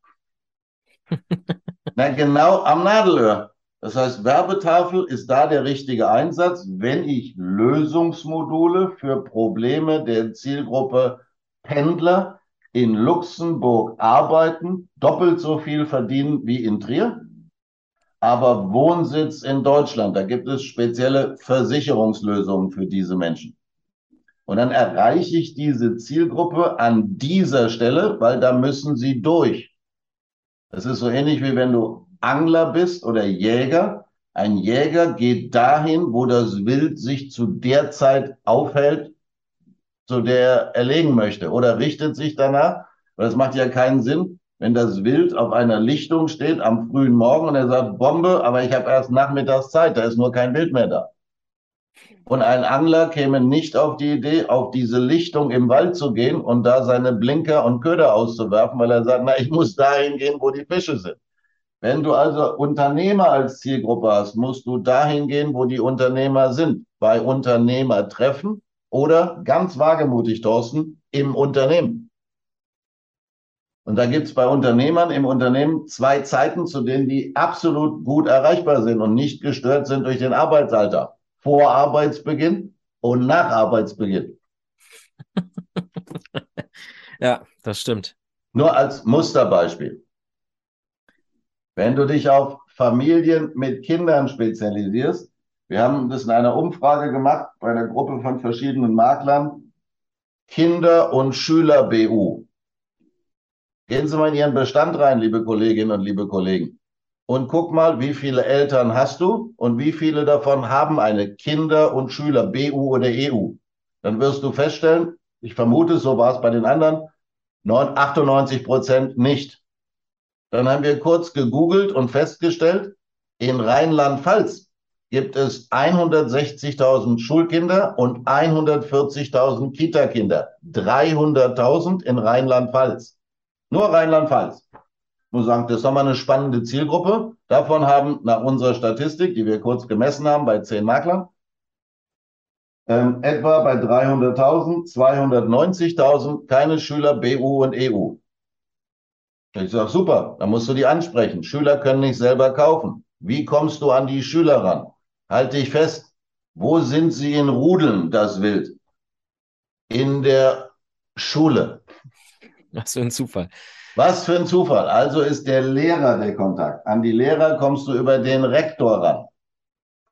Na, genau am Nadelöhr. Das heißt, Werbetafel ist da der richtige Einsatz, wenn ich Lösungsmodule für Probleme der Zielgruppe Pendler in Luxemburg arbeiten, doppelt so viel verdienen wie in Trier, aber Wohnsitz in Deutschland. Da gibt es spezielle Versicherungslösungen für diese Menschen. Und dann erreiche ich diese Zielgruppe an dieser Stelle, weil da müssen sie durch. Das ist so ähnlich wie wenn du Angler bist oder Jäger. Ein Jäger geht dahin, wo das Wild sich zu der Zeit aufhält, zu der er erlegen möchte, oder richtet sich danach. Weil es macht ja keinen Sinn, wenn das Wild auf einer Lichtung steht am frühen Morgen und er sagt, Bombe, aber ich habe erst nachmittags Zeit, da ist nur kein Wild mehr da. Und ein Angler käme nicht auf die Idee, auf diese Lichtung im Wald zu gehen und da seine Blinker und Köder auszuwerfen, weil er sagt, na, ich muss dahin gehen, wo die Fische sind. Wenn du also Unternehmer als Zielgruppe hast, musst du dahin gehen, wo die Unternehmer sind. Bei Unternehmertreffen oder ganz wagemutig, Thorsten, im Unternehmen. Und da gibt es bei Unternehmern im Unternehmen zwei Zeiten, zu denen die absolut gut erreichbar sind und nicht gestört sind durch den Arbeitsalltag. Vor Arbeitsbeginn und nach Arbeitsbeginn. Ja, das stimmt. Nur als Musterbeispiel. Wenn du dich auf Familien mit Kindern spezialisierst, wir haben das in einer Umfrage gemacht bei einer Gruppe von verschiedenen Maklern, Kinder- und Schüler-B U. Gehen Sie mal in Ihren Bestand rein, liebe Kolleginnen und liebe Kollegen. Und guck mal, wie viele Eltern hast du und wie viele davon haben eine Kinder- und Schüler-B U oder E U. Dann wirst du feststellen, ich vermute, so war es bei den anderen, achtundneunzig Prozent nicht. Dann haben wir kurz gegoogelt und festgestellt, in Rheinland-Pfalz gibt es hundertsechzigtausend Schulkinder und hundertvierzigtausend Kita-Kinder. dreihunderttausend in Rheinland-Pfalz. Nur Rheinland-Pfalz. Ich muss sagen, das ist nochmal eine spannende Zielgruppe. Davon haben nach unserer Statistik, die wir kurz gemessen haben bei zehn Maklern, ähm, etwa bei dreihunderttausend, zweihundertneunzigtausend keine Schüler B U und E U. Ich sage, super, dann musst du die ansprechen. Schüler können nicht selber kaufen. Wie kommst du an die Schüler ran? Halte dich fest. Wo sind sie in Rudeln, das Wild? In der Schule. Was für ein Zufall. Was für ein Zufall. Also ist der Lehrer der Kontakt. An die Lehrer kommst du über den Rektor ran.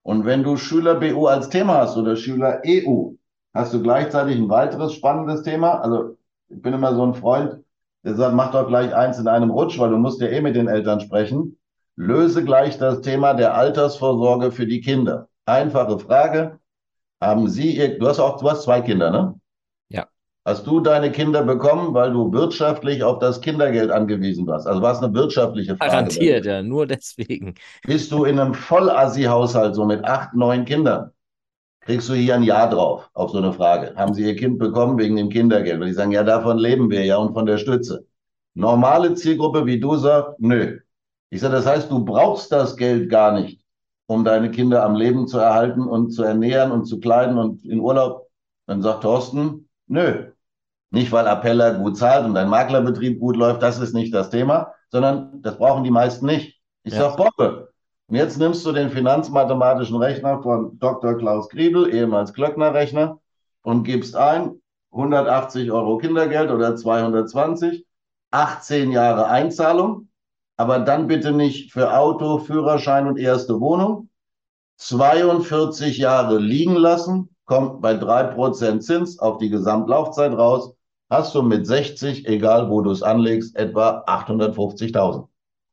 Und wenn du Schüler B U als Thema hast oder Schüler E U, hast du gleichzeitig ein weiteres spannendes Thema. Also ich bin immer so ein Freund, der sagt, mach doch gleich eins in einem Rutsch, weil du musst ja eh mit den Eltern sprechen. Löse gleich das Thema der Altersvorsorge für die Kinder. Einfache Frage. Haben Sie, ihr, du hast auch, du hast zwei Kinder, ne? Ja, Hast du deine Kinder bekommen, weil du wirtschaftlich auf das Kindergeld angewiesen warst? Also war es eine wirtschaftliche Frage bei dir? garantiert, ja, nur deswegen. Bist du in einem Vollassi-Haushalt, so mit acht, neun Kindern? Kriegst du hier ein Ja drauf auf so eine Frage? Haben Sie Ihr Kind bekommen wegen dem Kindergeld? Weil die sagen, ja, davon leben wir ja und von der Stütze. Normale Zielgruppe, wie du sagst, nö. Ich sage, das heißt, du brauchst das Geld gar nicht, um deine Kinder am Leben zu erhalten und zu ernähren und zu kleiden und in Urlaub. Dann sagt Thorsten, nö. Nicht, weil Appella gut zahlt und dein Maklerbetrieb gut läuft, das ist nicht das Thema, sondern das brauchen die meisten nicht. Ich Ja, sag, Boppe. Und jetzt nimmst du den finanzmathematischen Rechner von Doktor Klaus Griebel, ehemals Klöckner-Rechner, und gibst ein hundertachtzig Euro Kindergeld oder zweihundertzwanzig, achtzehn Jahre Einzahlung, aber dann bitte nicht für Auto, Führerschein und erste Wohnung, zweiundvierzig Jahre liegen lassen, kommt bei drei Prozent Zins auf die Gesamtlaufzeit raus, hast du mit sechzig, egal wo du es anlegst, etwa achthundertfünfzigtausend.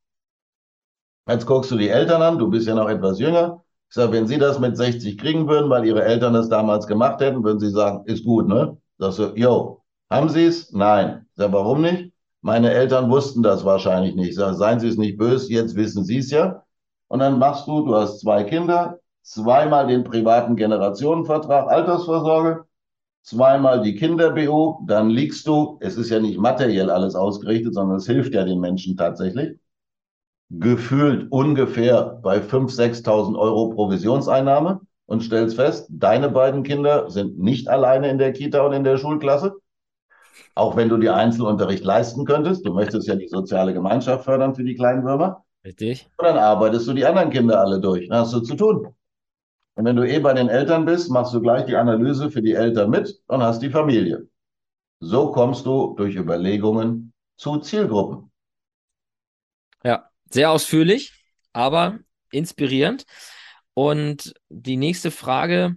Jetzt guckst du die Eltern an, du bist ja noch etwas jünger. Ich sage, wenn sie das mit sechzig kriegen würden, weil ihre Eltern das damals gemacht hätten, würden sie sagen, ist gut, ne? Sagst du, yo, haben sie es? Nein. Ich sage, warum nicht? Meine Eltern wussten das wahrscheinlich nicht. Ich sage, seien Sie es nicht böse, jetzt wissen Sie es ja. Und dann machst du, du hast zwei Kinder, zweimal den privaten Generationenvertrag Altersvorsorge, zweimal die Kinder-B U, dann liegst du, es ist ja nicht materiell alles ausgerichtet, sondern es hilft ja den Menschen tatsächlich, gefühlt ungefähr bei fünftausend, sechstausend Euro Provisionseinnahme und stellst fest, deine beiden Kinder sind nicht alleine in der Kita und in der Schulklasse, auch wenn du dir Einzelunterricht leisten könntest. Du möchtest ja die soziale Gemeinschaft fördern für die kleinen Würmer. richtig. Und dann arbeitest du die anderen Kinder alle durch. Dann hast du zu tun. Und wenn du eh bei den Eltern bist, machst du gleich die Analyse für die Eltern mit und hast die Familie. So kommst du durch Überlegungen zu Zielgruppen. Ja, sehr ausführlich, aber inspirierend. Und die nächste Frage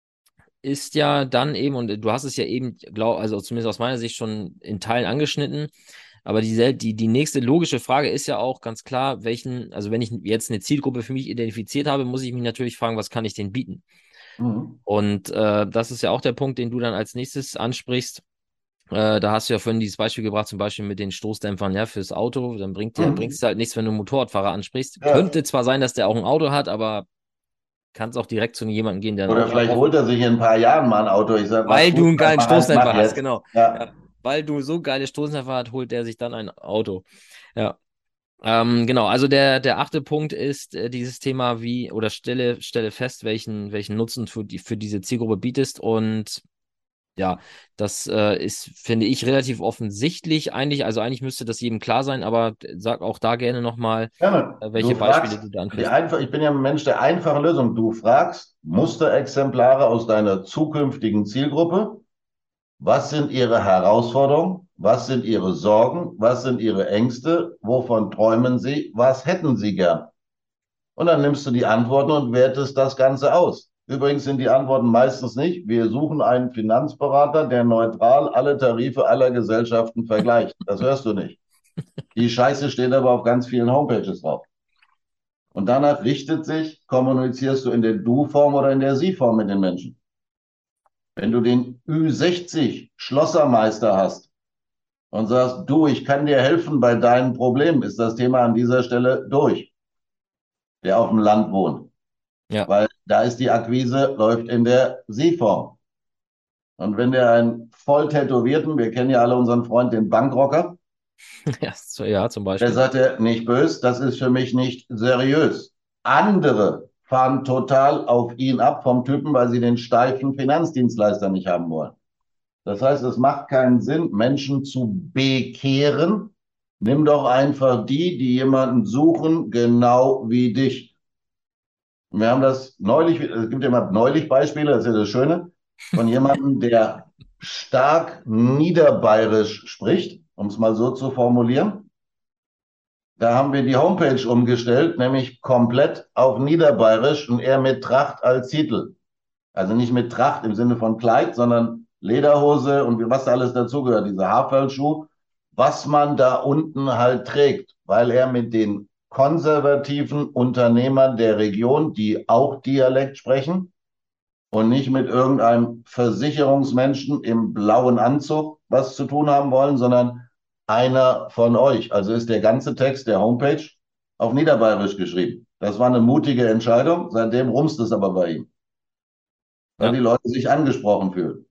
ist ja dann eben, und du hast es ja eben, glaub, also zumindest aus meiner Sicht schon in Teilen angeschnitten, aber die, die, die nächste logische Frage ist ja auch ganz klar, welchen, also wenn ich jetzt eine Zielgruppe für mich identifiziert habe, muss ich mich natürlich fragen, was kann ich denen bieten? Mhm. Und äh, das ist ja auch der Punkt, den du dann als nächstes ansprichst. Äh, da hast du ja vorhin dieses Beispiel gebracht, zum Beispiel mit den Stoßdämpfern, ja, fürs Auto. Dann bringt dir, bringt Mhm. es halt nichts, wenn du einen Motorradfahrer ansprichst. Ja. Könnte zwar sein, dass der auch ein Auto hat, aber kann es auch direkt zu jemandem gehen, der ein Oder Auto hat. vielleicht holt er sich in ein paar Jahren mal ein Auto. Ich sage, was Weil du tust einen du? geilen Mach eins, mach Stoßdämpfer hast, jetzt. genau. Ja, Ja, weil du so geile Stoßdämpfer hast, holt der sich dann ein Auto. Ja. Ähm, genau, also der, der achte Punkt ist äh, dieses Thema, wie, oder stelle, stelle fest, welchen, welchen Nutzen für die, für diese Zielgruppe bietest. Und ja, das äh, ist, finde ich, relativ offensichtlich eigentlich. Also eigentlich müsste das jedem klar sein, aber sag auch da gerne nochmal, gerne. äh, Du welche Beispiele fragst, du da die anführst. einfach, ich bin ja ein Mensch der einfachen Lösung. Du fragst Musterexemplare aus deiner zukünftigen Zielgruppe. Was sind ihre Herausforderungen? Was sind ihre Sorgen? Was sind ihre Ängste? Wovon träumen sie? Was hätten sie gern? Und dann nimmst du die Antworten und wertest das Ganze aus. Übrigens sind die Antworten meistens nicht, wir suchen einen Finanzberater, der neutral alle Tarife aller Gesellschaften vergleicht. Das hörst du nicht. Die Scheiße steht aber auf ganz vielen Homepages drauf. Und danach richtet sich, kommunizierst du in der Du-Form oder in der Sie-Form mit den Menschen. Wenn du den Ü sechzig Schlossermeister hast und sagst, du, ich kann dir helfen bei deinen Problemen, ist das Thema an dieser Stelle durch, der auf dem Land wohnt. Ja, Weil da ist die Akquise, läuft in der Sie-Form. Und wenn der einen voll tätowierten, wir kennen ja alle unseren Freund, den Bankrocker, ja, so, ja, zum der Beispiel. sagt er, nicht böse, das ist für mich nicht seriös. Andere fahren total auf ihn ab vom Typen, weil sie den steifen Finanzdienstleister nicht haben wollen. Das heißt, es macht keinen Sinn, Menschen zu bekehren. Nimm doch einfach die, die jemanden suchen, genau wie dich. Wir haben das neulich, es gibt ja immer neulich Beispiele, das ist ja das Schöne, von jemandem, der stark niederbayerisch spricht, um es mal so zu formulieren. Da haben wir die Homepage umgestellt, nämlich komplett auf Niederbayerisch und eher mit Tracht als Titel. Also nicht mit Tracht im Sinne von Kleid, sondern Lederhose und was da alles dazugehört, diese Haarfellschuh, was man da unten halt trägt, weil er mit den konservativen Unternehmern der Region, die auch Dialekt sprechen und nicht mit irgendeinem Versicherungsmenschen im blauen Anzug was zu tun haben wollen, sondern einer von euch. Also ist der ganze Text der Homepage auf Niederbayerisch geschrieben. Das war eine mutige Entscheidung, seitdem rumst es aber bei ihm, weil Ja, die Leute sich angesprochen fühlen.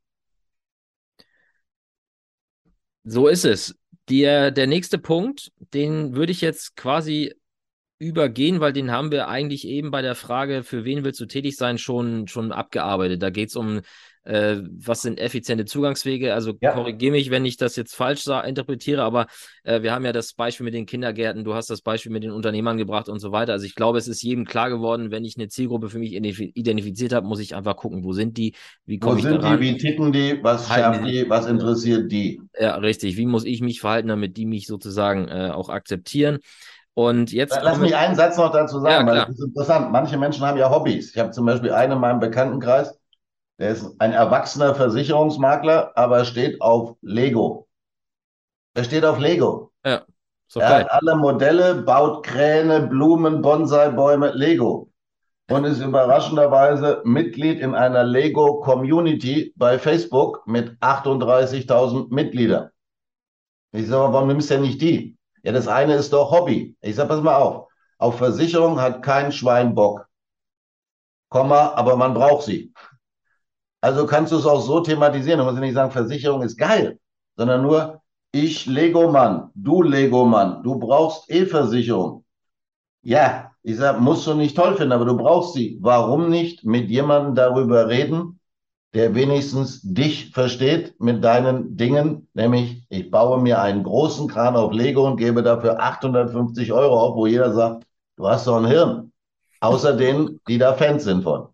so ist es. Der, der nächste Punkt, den würde ich jetzt quasi übergehen, weil den haben wir eigentlich eben bei der Frage, für wen willst du tätig sein, schon, schon abgearbeitet. Da geht es um, äh, was sind effiziente Zugangswege. Also Ja, korrigiere mich, wenn ich das jetzt falsch sa- interpretiere, aber äh, wir haben ja das Beispiel mit den Kindergärten, du hast das Beispiel mit den Unternehmern gebracht und so weiter. Also ich glaube, es ist jedem klar geworden, wenn ich eine Zielgruppe für mich identif- identifiziert habe, muss ich einfach gucken, wo sind die, wie wo komme ich sind die, daran, wie ticken die, was halten die schärft sich. die, was Ja. interessiert die? Ja, richtig. Wie muss ich mich verhalten, damit die mich sozusagen äh, auch akzeptieren? Und jetzt Lass kommen wir. mich einen Satz noch dazu Ja, sagen, weil es klar. ist interessant. Manche Menschen haben ja Hobbys. Ich habe zum Beispiel einen in meinem Bekanntenkreis, der ist ein erwachsener Versicherungsmakler, aber steht auf Lego. Er steht auf Lego. Ja, ist doch Er geil. hat alle Modelle, baut Kräne, Blumen, Bonsai-Bäume, Lego. Und ist überraschenderweise Mitglied in einer Lego-Community bei Facebook mit achtunddreißigtausend Mitgliedern. Ich sage, warum nimmst du denn nicht die? Ja, das eine ist doch Hobby. Ich sage, pass mal auf. Auf Versicherung hat kein Schwein Bock. Komma, aber man braucht sie. Also kannst du es auch so thematisieren. Du musst ja nicht sagen, Versicherung ist geil, sondern nur, ich Lego-Mann, du Lego-Mann, du brauchst eh Versicherung. Ja, ich sage, musst du nicht toll finden, aber du brauchst sie. Warum nicht mit jemandem darüber reden, der wenigstens dich versteht mit deinen Dingen, nämlich ich baue mir einen großen Kran auf Lego und gebe dafür achthundertfünfzig Euro auf, wo jeder sagt, du hast doch ein Hirn. Außer denen, die da Fans sind von.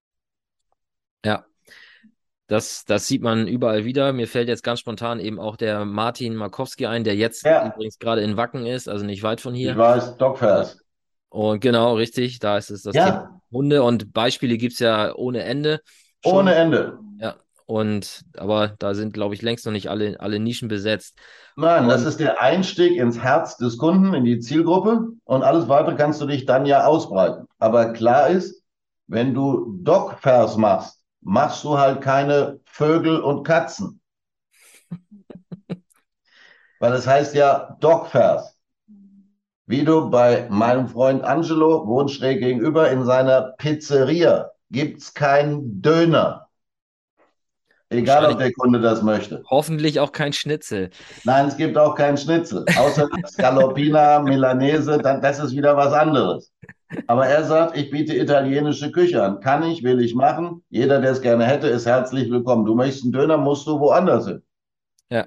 Ja, das, das sieht man überall wieder. Mir fällt jetzt ganz spontan eben auch der Martin Markowski ein, der jetzt Ja, übrigens gerade in Wacken ist, also nicht weit von ich hier. weiß, Ja. Dogfers. Und genau, richtig, da ist es das Thema Ja, Hunde und Beispiele gibt es ja ohne Ende ohne schon. Ende. Ja, und aber da sind, glaube ich, längst noch nicht alle, alle Nischen besetzt. Nein, das Und ist der Einstieg ins Herz des Kunden, in die Zielgruppe und alles weitere kannst du dich dann ja ausbreiten. Aber klar ist, wenn du Dogfers machst, machst du halt keine Vögel und Katzen. Weil es heißt ja Dogfers. Wie du bei meinem Freund Angelo, wohnt schräg gegenüber, in seiner Pizzeria gibt's keinen Döner. Egal, ob wahrscheinlich der Kunde das möchte. hoffentlich auch kein Schnitzel. Nein, es gibt auch keinen Schnitzel. Außer Scaloppina, Milanese, dann, das ist wieder was anderes. Aber er sagt, ich biete italienische Küche an. Kann ich, will ich machen. Jeder, der es gerne hätte, ist herzlich willkommen. Du möchtest einen Döner, musst du woanders hin. Ja.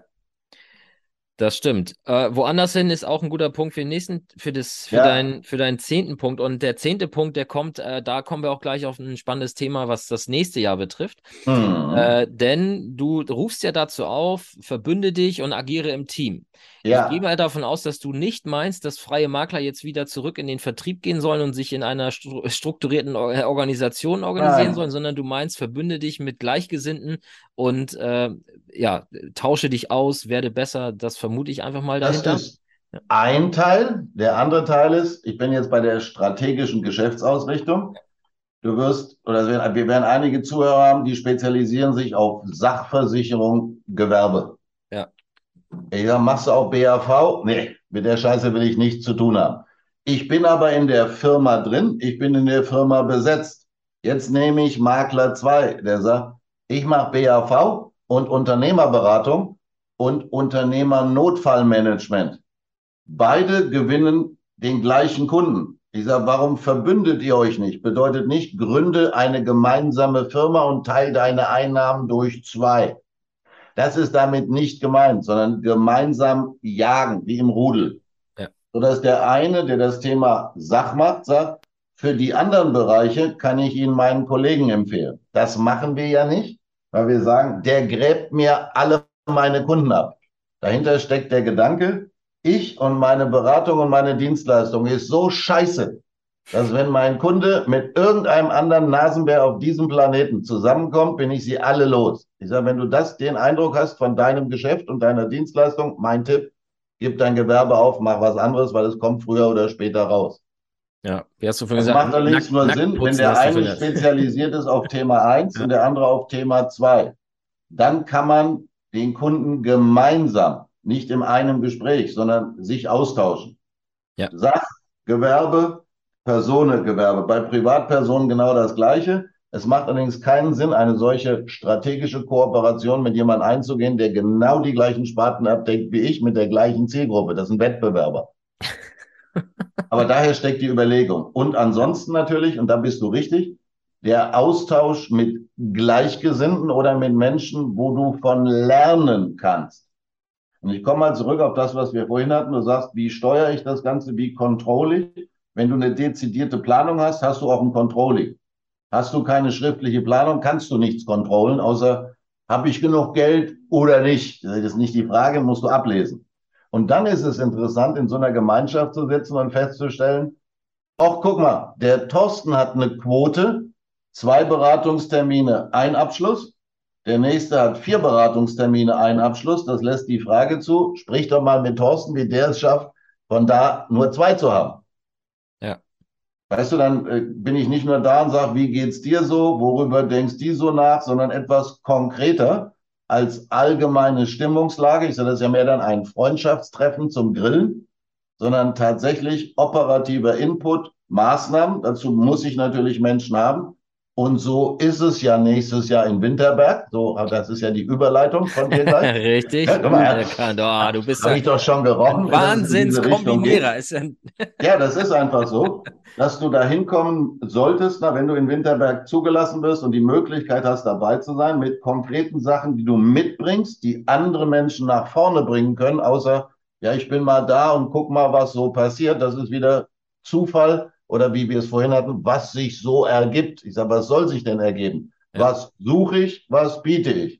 Das stimmt. Äh, woanders hin ist auch ein guter Punkt für den nächsten, für das, für Ja. deinen, für deinen zehnten Punkt. Und der zehnte Punkt, der kommt, äh, da kommen wir auch gleich auf ein spannendes Thema, was das nächste Jahr betrifft. Hm. Äh, denn du rufst ja dazu auf, verbünde dich und agiere im Team. Ich gehe Ja. mal davon aus, dass du nicht meinst, dass freie Makler jetzt wieder zurück in den Vertrieb gehen sollen und sich in einer stru strukturierten Or- Organisation organisieren Nein. sollen, sondern du meinst, verbünde dich mit Gleichgesinnten und äh, ja, tausche dich aus, werde besser. Das vermute ich einfach mal Das dahinter. ist ein Teil. Der andere Teil ist, ich bin jetzt bei der strategischen Geschäftsausrichtung. Du wirst, oder wir werden wir werden einige Zuhörer haben, die spezialisieren sich auf Sachversicherung, Gewerbe. Ja, Ich sag, machst du auch B A V? Nee, mit der Scheiße will ich nichts zu tun haben. Ich bin aber in der Firma drin, ich bin in der Firma besetzt. Jetzt nehme ich Makler zwei, der sagt, ich mache B A V und Unternehmerberatung und Unternehmernotfallmanagement. Beide gewinnen den gleichen Kunden. Ich sage, warum verbündet ihr euch nicht? Bedeutet nicht, gründe eine gemeinsame Firma und teile deine Einnahmen durch zwei. Das ist damit nicht gemeint, sondern gemeinsam jagen, wie im Rudel. ja, Sodass der eine, der das Thema Sach macht, sagt, für die anderen Bereiche kann ich Ihnen meinen Kollegen empfehlen. Das machen wir ja nicht, weil wir sagen, der gräbt mir alle meine Kunden ab. Dahinter steckt der Gedanke, Ich und meine Beratung und meine Dienstleistung ist so scheiße, dass wenn mein Kunde mit irgendeinem anderen Nasenbär auf diesem Planeten zusammenkommt, bin ich sie alle los. Ich sage, wenn du das, den Eindruck hast von deinem Geschäft und deiner Dienstleistung, mein Tipp, gib dein Gewerbe auf, mach was anderes, weil es kommt früher oder später raus. Ja, wie hast du vorhin Es gesagt, macht allerdings Nack, nur Sinn, wenn Nacktputzen der hast du eine vorhin gesagt. spezialisiert ist auf Thema eins Ja. und der andere auf Thema zwei. Dann kann man den Kunden gemeinsam, nicht in einem Gespräch, sondern sich austauschen. Ja. Sachgewerbe, Personengewerbe. Bei Privatpersonen genau das Gleiche. Es macht allerdings keinen Sinn, eine solche strategische Kooperation mit jemandem einzugehen, der genau die gleichen Sparten abdeckt wie ich mit der gleichen Zielgruppe. Das ist ein Wettbewerber. Aber daher steckt die Überlegung. Und ansonsten natürlich, und da bist du richtig, der Austausch mit Gleichgesinnten oder mit Menschen, wo du von lernen kannst. Und ich komme mal zurück auf das, was wir vorhin hatten. Du sagst, wie steuere ich das Ganze, wie control ich? Wenn du eine dezidierte Planung hast, hast du auch ein Controlling. Hast du keine schriftliche Planung, kannst du nichts kontrollen, außer habe ich genug Geld oder nicht. Das ist nicht die Frage, musst du ablesen. Und dann ist es interessant, in so einer Gemeinschaft zu sitzen und festzustellen, ach, guck mal, der Thorsten hat eine Quote, zwei Beratungstermine, ein Abschluss. Der nächste hat vier Beratungstermine, einen Abschluss. Das lässt die Frage zu, sprich doch mal mit Thorsten, wie der es schafft, von da nur zwei zu haben. Ja. Weißt du, dann äh, bin ich nicht nur da und sage, wie geht's dir so, worüber denkst du so nach, sondern etwas konkreter als allgemeine Stimmungslage. Ich sage, das ist ja mehr dann ein Freundschaftstreffen zum Grillen, sondern tatsächlich operativer Input, Maßnahmen. Dazu muss ich natürlich Menschen haben. Und so ist es ja nächstes Jahr in Winterberg. So, das ist ja die Überleitung von dir gleich. Richtig, Ja, guck gut mal, erkannt. Oh, du bist habe ja ich doch schon ein gerochen, dass es in diese Richtung geht. Wahnsinnskombinierer. Ist ja Ja, das ist einfach so, dass du da hinkommen solltest, na, wenn du in Winterberg zugelassen wirst und die Möglichkeit hast, dabei zu sein, mit konkreten Sachen, die du mitbringst, die andere Menschen nach vorne bringen können, außer, ja, ich bin mal da und guck mal, was so passiert. Das ist wieder Zufall oder wie wir es vorhin hatten, was sich so ergibt. Ich sage, was soll sich denn ergeben? ja, Was suche ich? Was biete ich?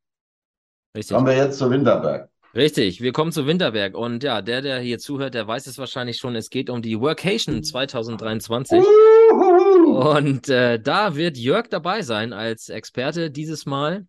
richtig. Kommen wir jetzt zu Winterberg. Richtig, wir kommen zu Winterberg. Und ja, der, der hier zuhört, der weiß es wahrscheinlich schon. Es geht um die Workation zwanzig dreiundzwanzig. Uhuhu. Und äh, da wird Jörg dabei sein als Experte dieses Mal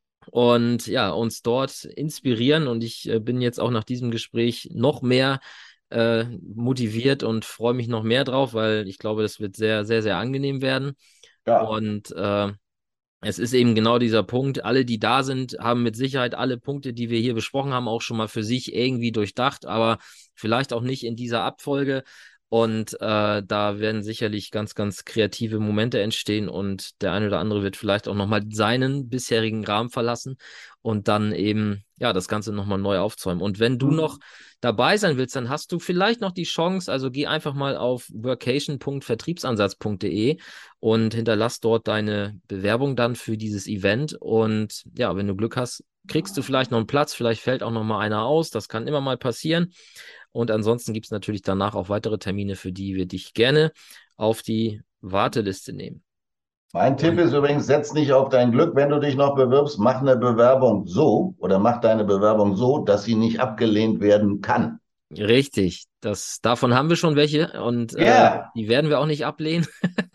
und ja, uns dort inspirieren. Und ich äh, bin jetzt auch nach diesem Gespräch noch mehr äh, motiviert und freue mich noch mehr drauf, weil ich glaube, das wird sehr, sehr, sehr angenehm werden. Ja, Und äh, es ist eben genau dieser Punkt. Alle, die da sind, haben mit Sicherheit alle Punkte, die wir hier besprochen haben, auch schon mal für sich irgendwie durchdacht, aber vielleicht auch nicht in dieser Abfolge. Und äh, da werden sicherlich ganz, ganz kreative Momente entstehen und der eine oder andere wird vielleicht auch nochmal seinen bisherigen Rahmen verlassen und dann eben, ja, das Ganze nochmal neu aufzäumen. Und wenn du noch dabei sein willst, dann hast du vielleicht noch die Chance, also geh einfach mal auf workation punkt vertriebsansatz punkt de und hinterlass dort deine Bewerbung dann für dieses Event. Und ja, wenn du Glück hast, kriegst du vielleicht noch einen Platz, vielleicht fällt auch noch mal einer aus. Das kann immer mal passieren. Und ansonsten gibt es natürlich danach auch weitere Termine, für die wir dich gerne auf die Warteliste nehmen. Mein Tipp Und ist übrigens, setz nicht auf dein Glück, wenn du dich noch bewirbst, mach eine Bewerbung so oder mach deine Bewerbung so, dass sie nicht abgelehnt werden kann. richtig, das, davon haben wir schon welche und Ja, äh, yeah. die werden wir auch nicht ablehnen.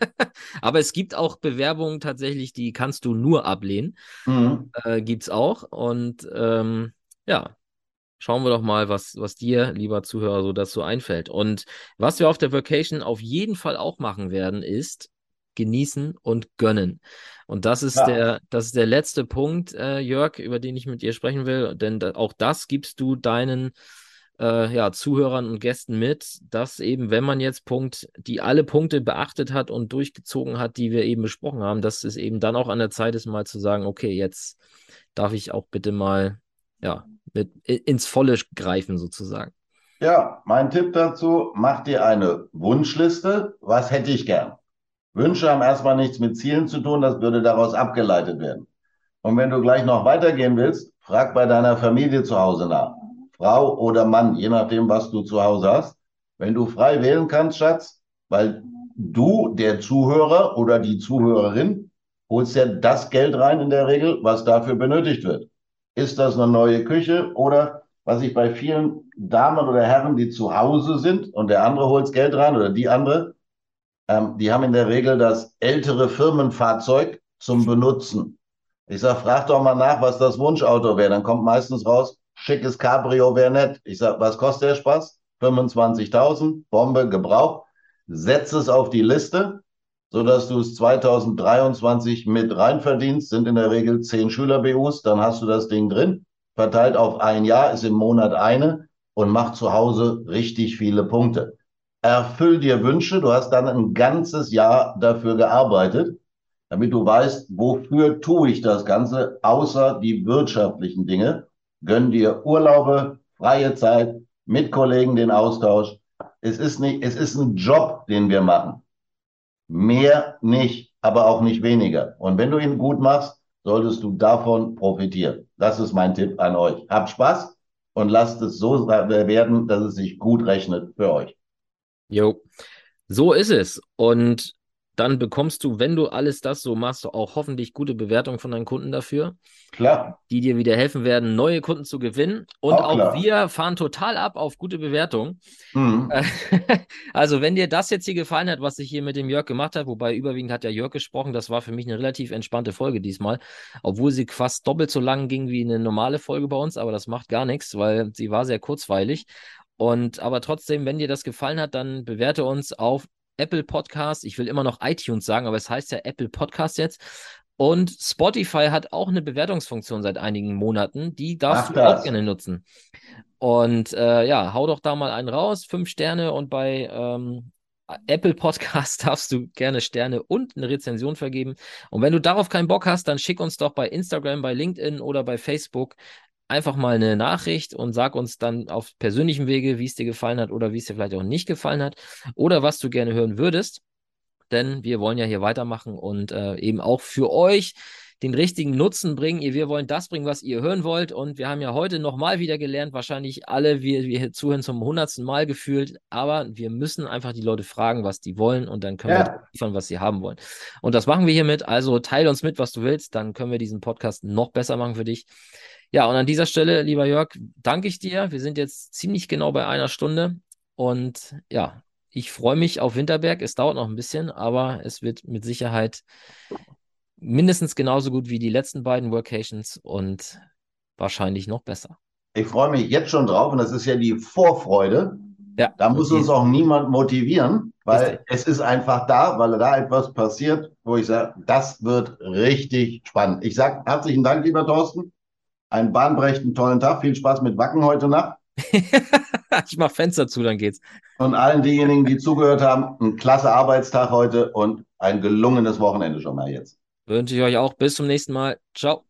Aber es gibt auch Bewerbungen tatsächlich, die kannst du nur ablehnen. Mhm. Äh, gibt's auch. Und ähm, ja, schauen wir doch mal, was, was dir, lieber Zuhörer, so dazu einfällt. Und was wir auf der Vacation auf jeden Fall auch machen werden, ist genießen und gönnen. Und das ist Ja. der, das ist der letzte Punkt, äh, Jörg, über den ich mit dir sprechen will. Denn da, auch das gibst du deinen äh, ja, Zuhörern und Gästen mit, dass eben, wenn man jetzt Punkt, die alle Punkte beachtet hat und durchgezogen hat, die wir eben besprochen haben, dass es eben dann auch an der Zeit ist, mal zu sagen, okay, jetzt darf ich auch bitte mal, ja, mit, ins Volle greifen sozusagen. Ja, mein Tipp dazu, mach dir eine Wunschliste. Was hätte ich gern? Wünsche haben erstmal nichts mit Zielen zu tun, das würde daraus abgeleitet werden. Und wenn du gleich noch weitergehen willst, frag bei deiner Familie zu Hause nach. Frau oder Mann, je nachdem, was du zu Hause hast. Wenn du frei wählen kannst, Schatz, weil du, der Zuhörer oder die Zuhörerin, holst ja das Geld rein in der Regel, was dafür benötigt wird. Ist das eine neue Küche oder was ich bei vielen Damen oder Herren, die zu Hause sind und der andere holt das Geld rein oder die andere, ähm, die haben in der Regel das ältere Firmenfahrzeug zum Benutzen. Ich sag, frag doch mal nach, was das Wunschauto wäre. Dann kommt meistens raus, schickes Cabrio wäre nett. Ich sag, was kostet der Spaß? fünfundzwanzigtausend, Bombe, Gebrauch. Setz es auf die Liste, sodass du es zweitausenddreiundzwanzig mit rein verdienst. Sind in der Regel zehn Schüler-B Us, dann hast du das Ding drin. Verteilt auf ein Jahr, ist im Monat eine und macht zu Hause richtig viele Punkte. Erfüll dir Wünsche, du hast dann ein ganzes Jahr dafür gearbeitet, damit du weißt, wofür tue ich das Ganze, außer die wirtschaftlichen Dinge. Gönn dir Urlaube, freie Zeit, mit Kollegen den Austausch. Es ist nicht, es ist ein Job, den wir machen. Mehr nicht, aber auch nicht weniger. Und wenn du ihn gut machst, solltest du davon profitieren. Das ist mein Tipp an euch. Habt Spaß und lasst es so werden, dass es sich gut rechnet für euch. Jo, so ist es. Und dann bekommst du, wenn du alles das so machst, auch hoffentlich gute Bewertungen von deinen Kunden dafür, Klar, die dir wieder helfen werden, neue Kunden zu gewinnen. Und auch auch klar. wir fahren total ab auf gute Bewertungen. Mhm. Äh, Also, wenn dir das jetzt hier gefallen hat, was ich hier mit dem Jörg gemacht habe, wobei überwiegend hat ja Jörg gesprochen, das war für mich eine relativ entspannte Folge diesmal, obwohl sie fast doppelt so lang ging wie eine normale Folge bei uns, aber das macht gar nichts, weil sie war sehr kurzweilig. Und aber trotzdem, wenn dir das gefallen hat, dann bewerte uns auf Apple Podcast. Ich will immer noch iTunes sagen, aber es heißt ja Apple Podcast jetzt. Und Spotify hat auch eine Bewertungsfunktion seit einigen Monaten. Die darfst Ach du auch das. gerne nutzen. Und äh, ja, hau doch da mal einen raus, fünf Sterne und bei ähm, Apple Podcast darfst du gerne Sterne und eine Rezension vergeben. Und wenn du darauf keinen Bock hast, dann schick uns doch bei Instagram, bei LinkedIn oder bei Facebook einfach mal eine Nachricht und sag uns dann auf persönlichem Wege, wie es dir gefallen hat oder wie es dir vielleicht auch nicht gefallen hat oder was du gerne hören würdest. Denn wir wollen ja hier weitermachen und äh, eben auch für euch den richtigen Nutzen bringen. Wir wollen das bringen, was ihr hören wollt. Und wir haben ja heute nochmal wieder gelernt, wahrscheinlich alle, wir, wir zuhören zum hundertsten Mal gefühlt, aber wir müssen einfach die Leute fragen, was die wollen und dann können wir Ja, liefern, was sie haben wollen. Und das machen wir hiermit. Also teile uns mit, was du willst, dann können wir diesen Podcast noch besser machen für dich. Ja, und an dieser Stelle, lieber Jörg, danke ich dir. Wir sind jetzt ziemlich genau bei einer Stunde und ja, ich freue mich auf Winterberg. Es dauert noch ein bisschen, aber es wird mit Sicherheit mindestens genauso gut wie die letzten beiden Workations und wahrscheinlich noch besser. ich freue mich jetzt schon drauf und das ist ja die Vorfreude. Ja, Da und muss uns die, auch niemand motivieren, richtig. weil es ist einfach da, weil da etwas passiert, wo ich sage, das wird richtig spannend. Ich sage herzlichen Dank, lieber Thorsten. Einen bahnbrechenden, tollen Tag. Viel Spaß mit Wacken heute Nacht. Ich mach Fenster zu, dann geht's. Und allen diejenigen, die zugehört haben, einen klasse Arbeitstag heute und ein gelungenes Wochenende schon mal jetzt. Wünsche ich euch auch. Bis zum nächsten Mal. Ciao.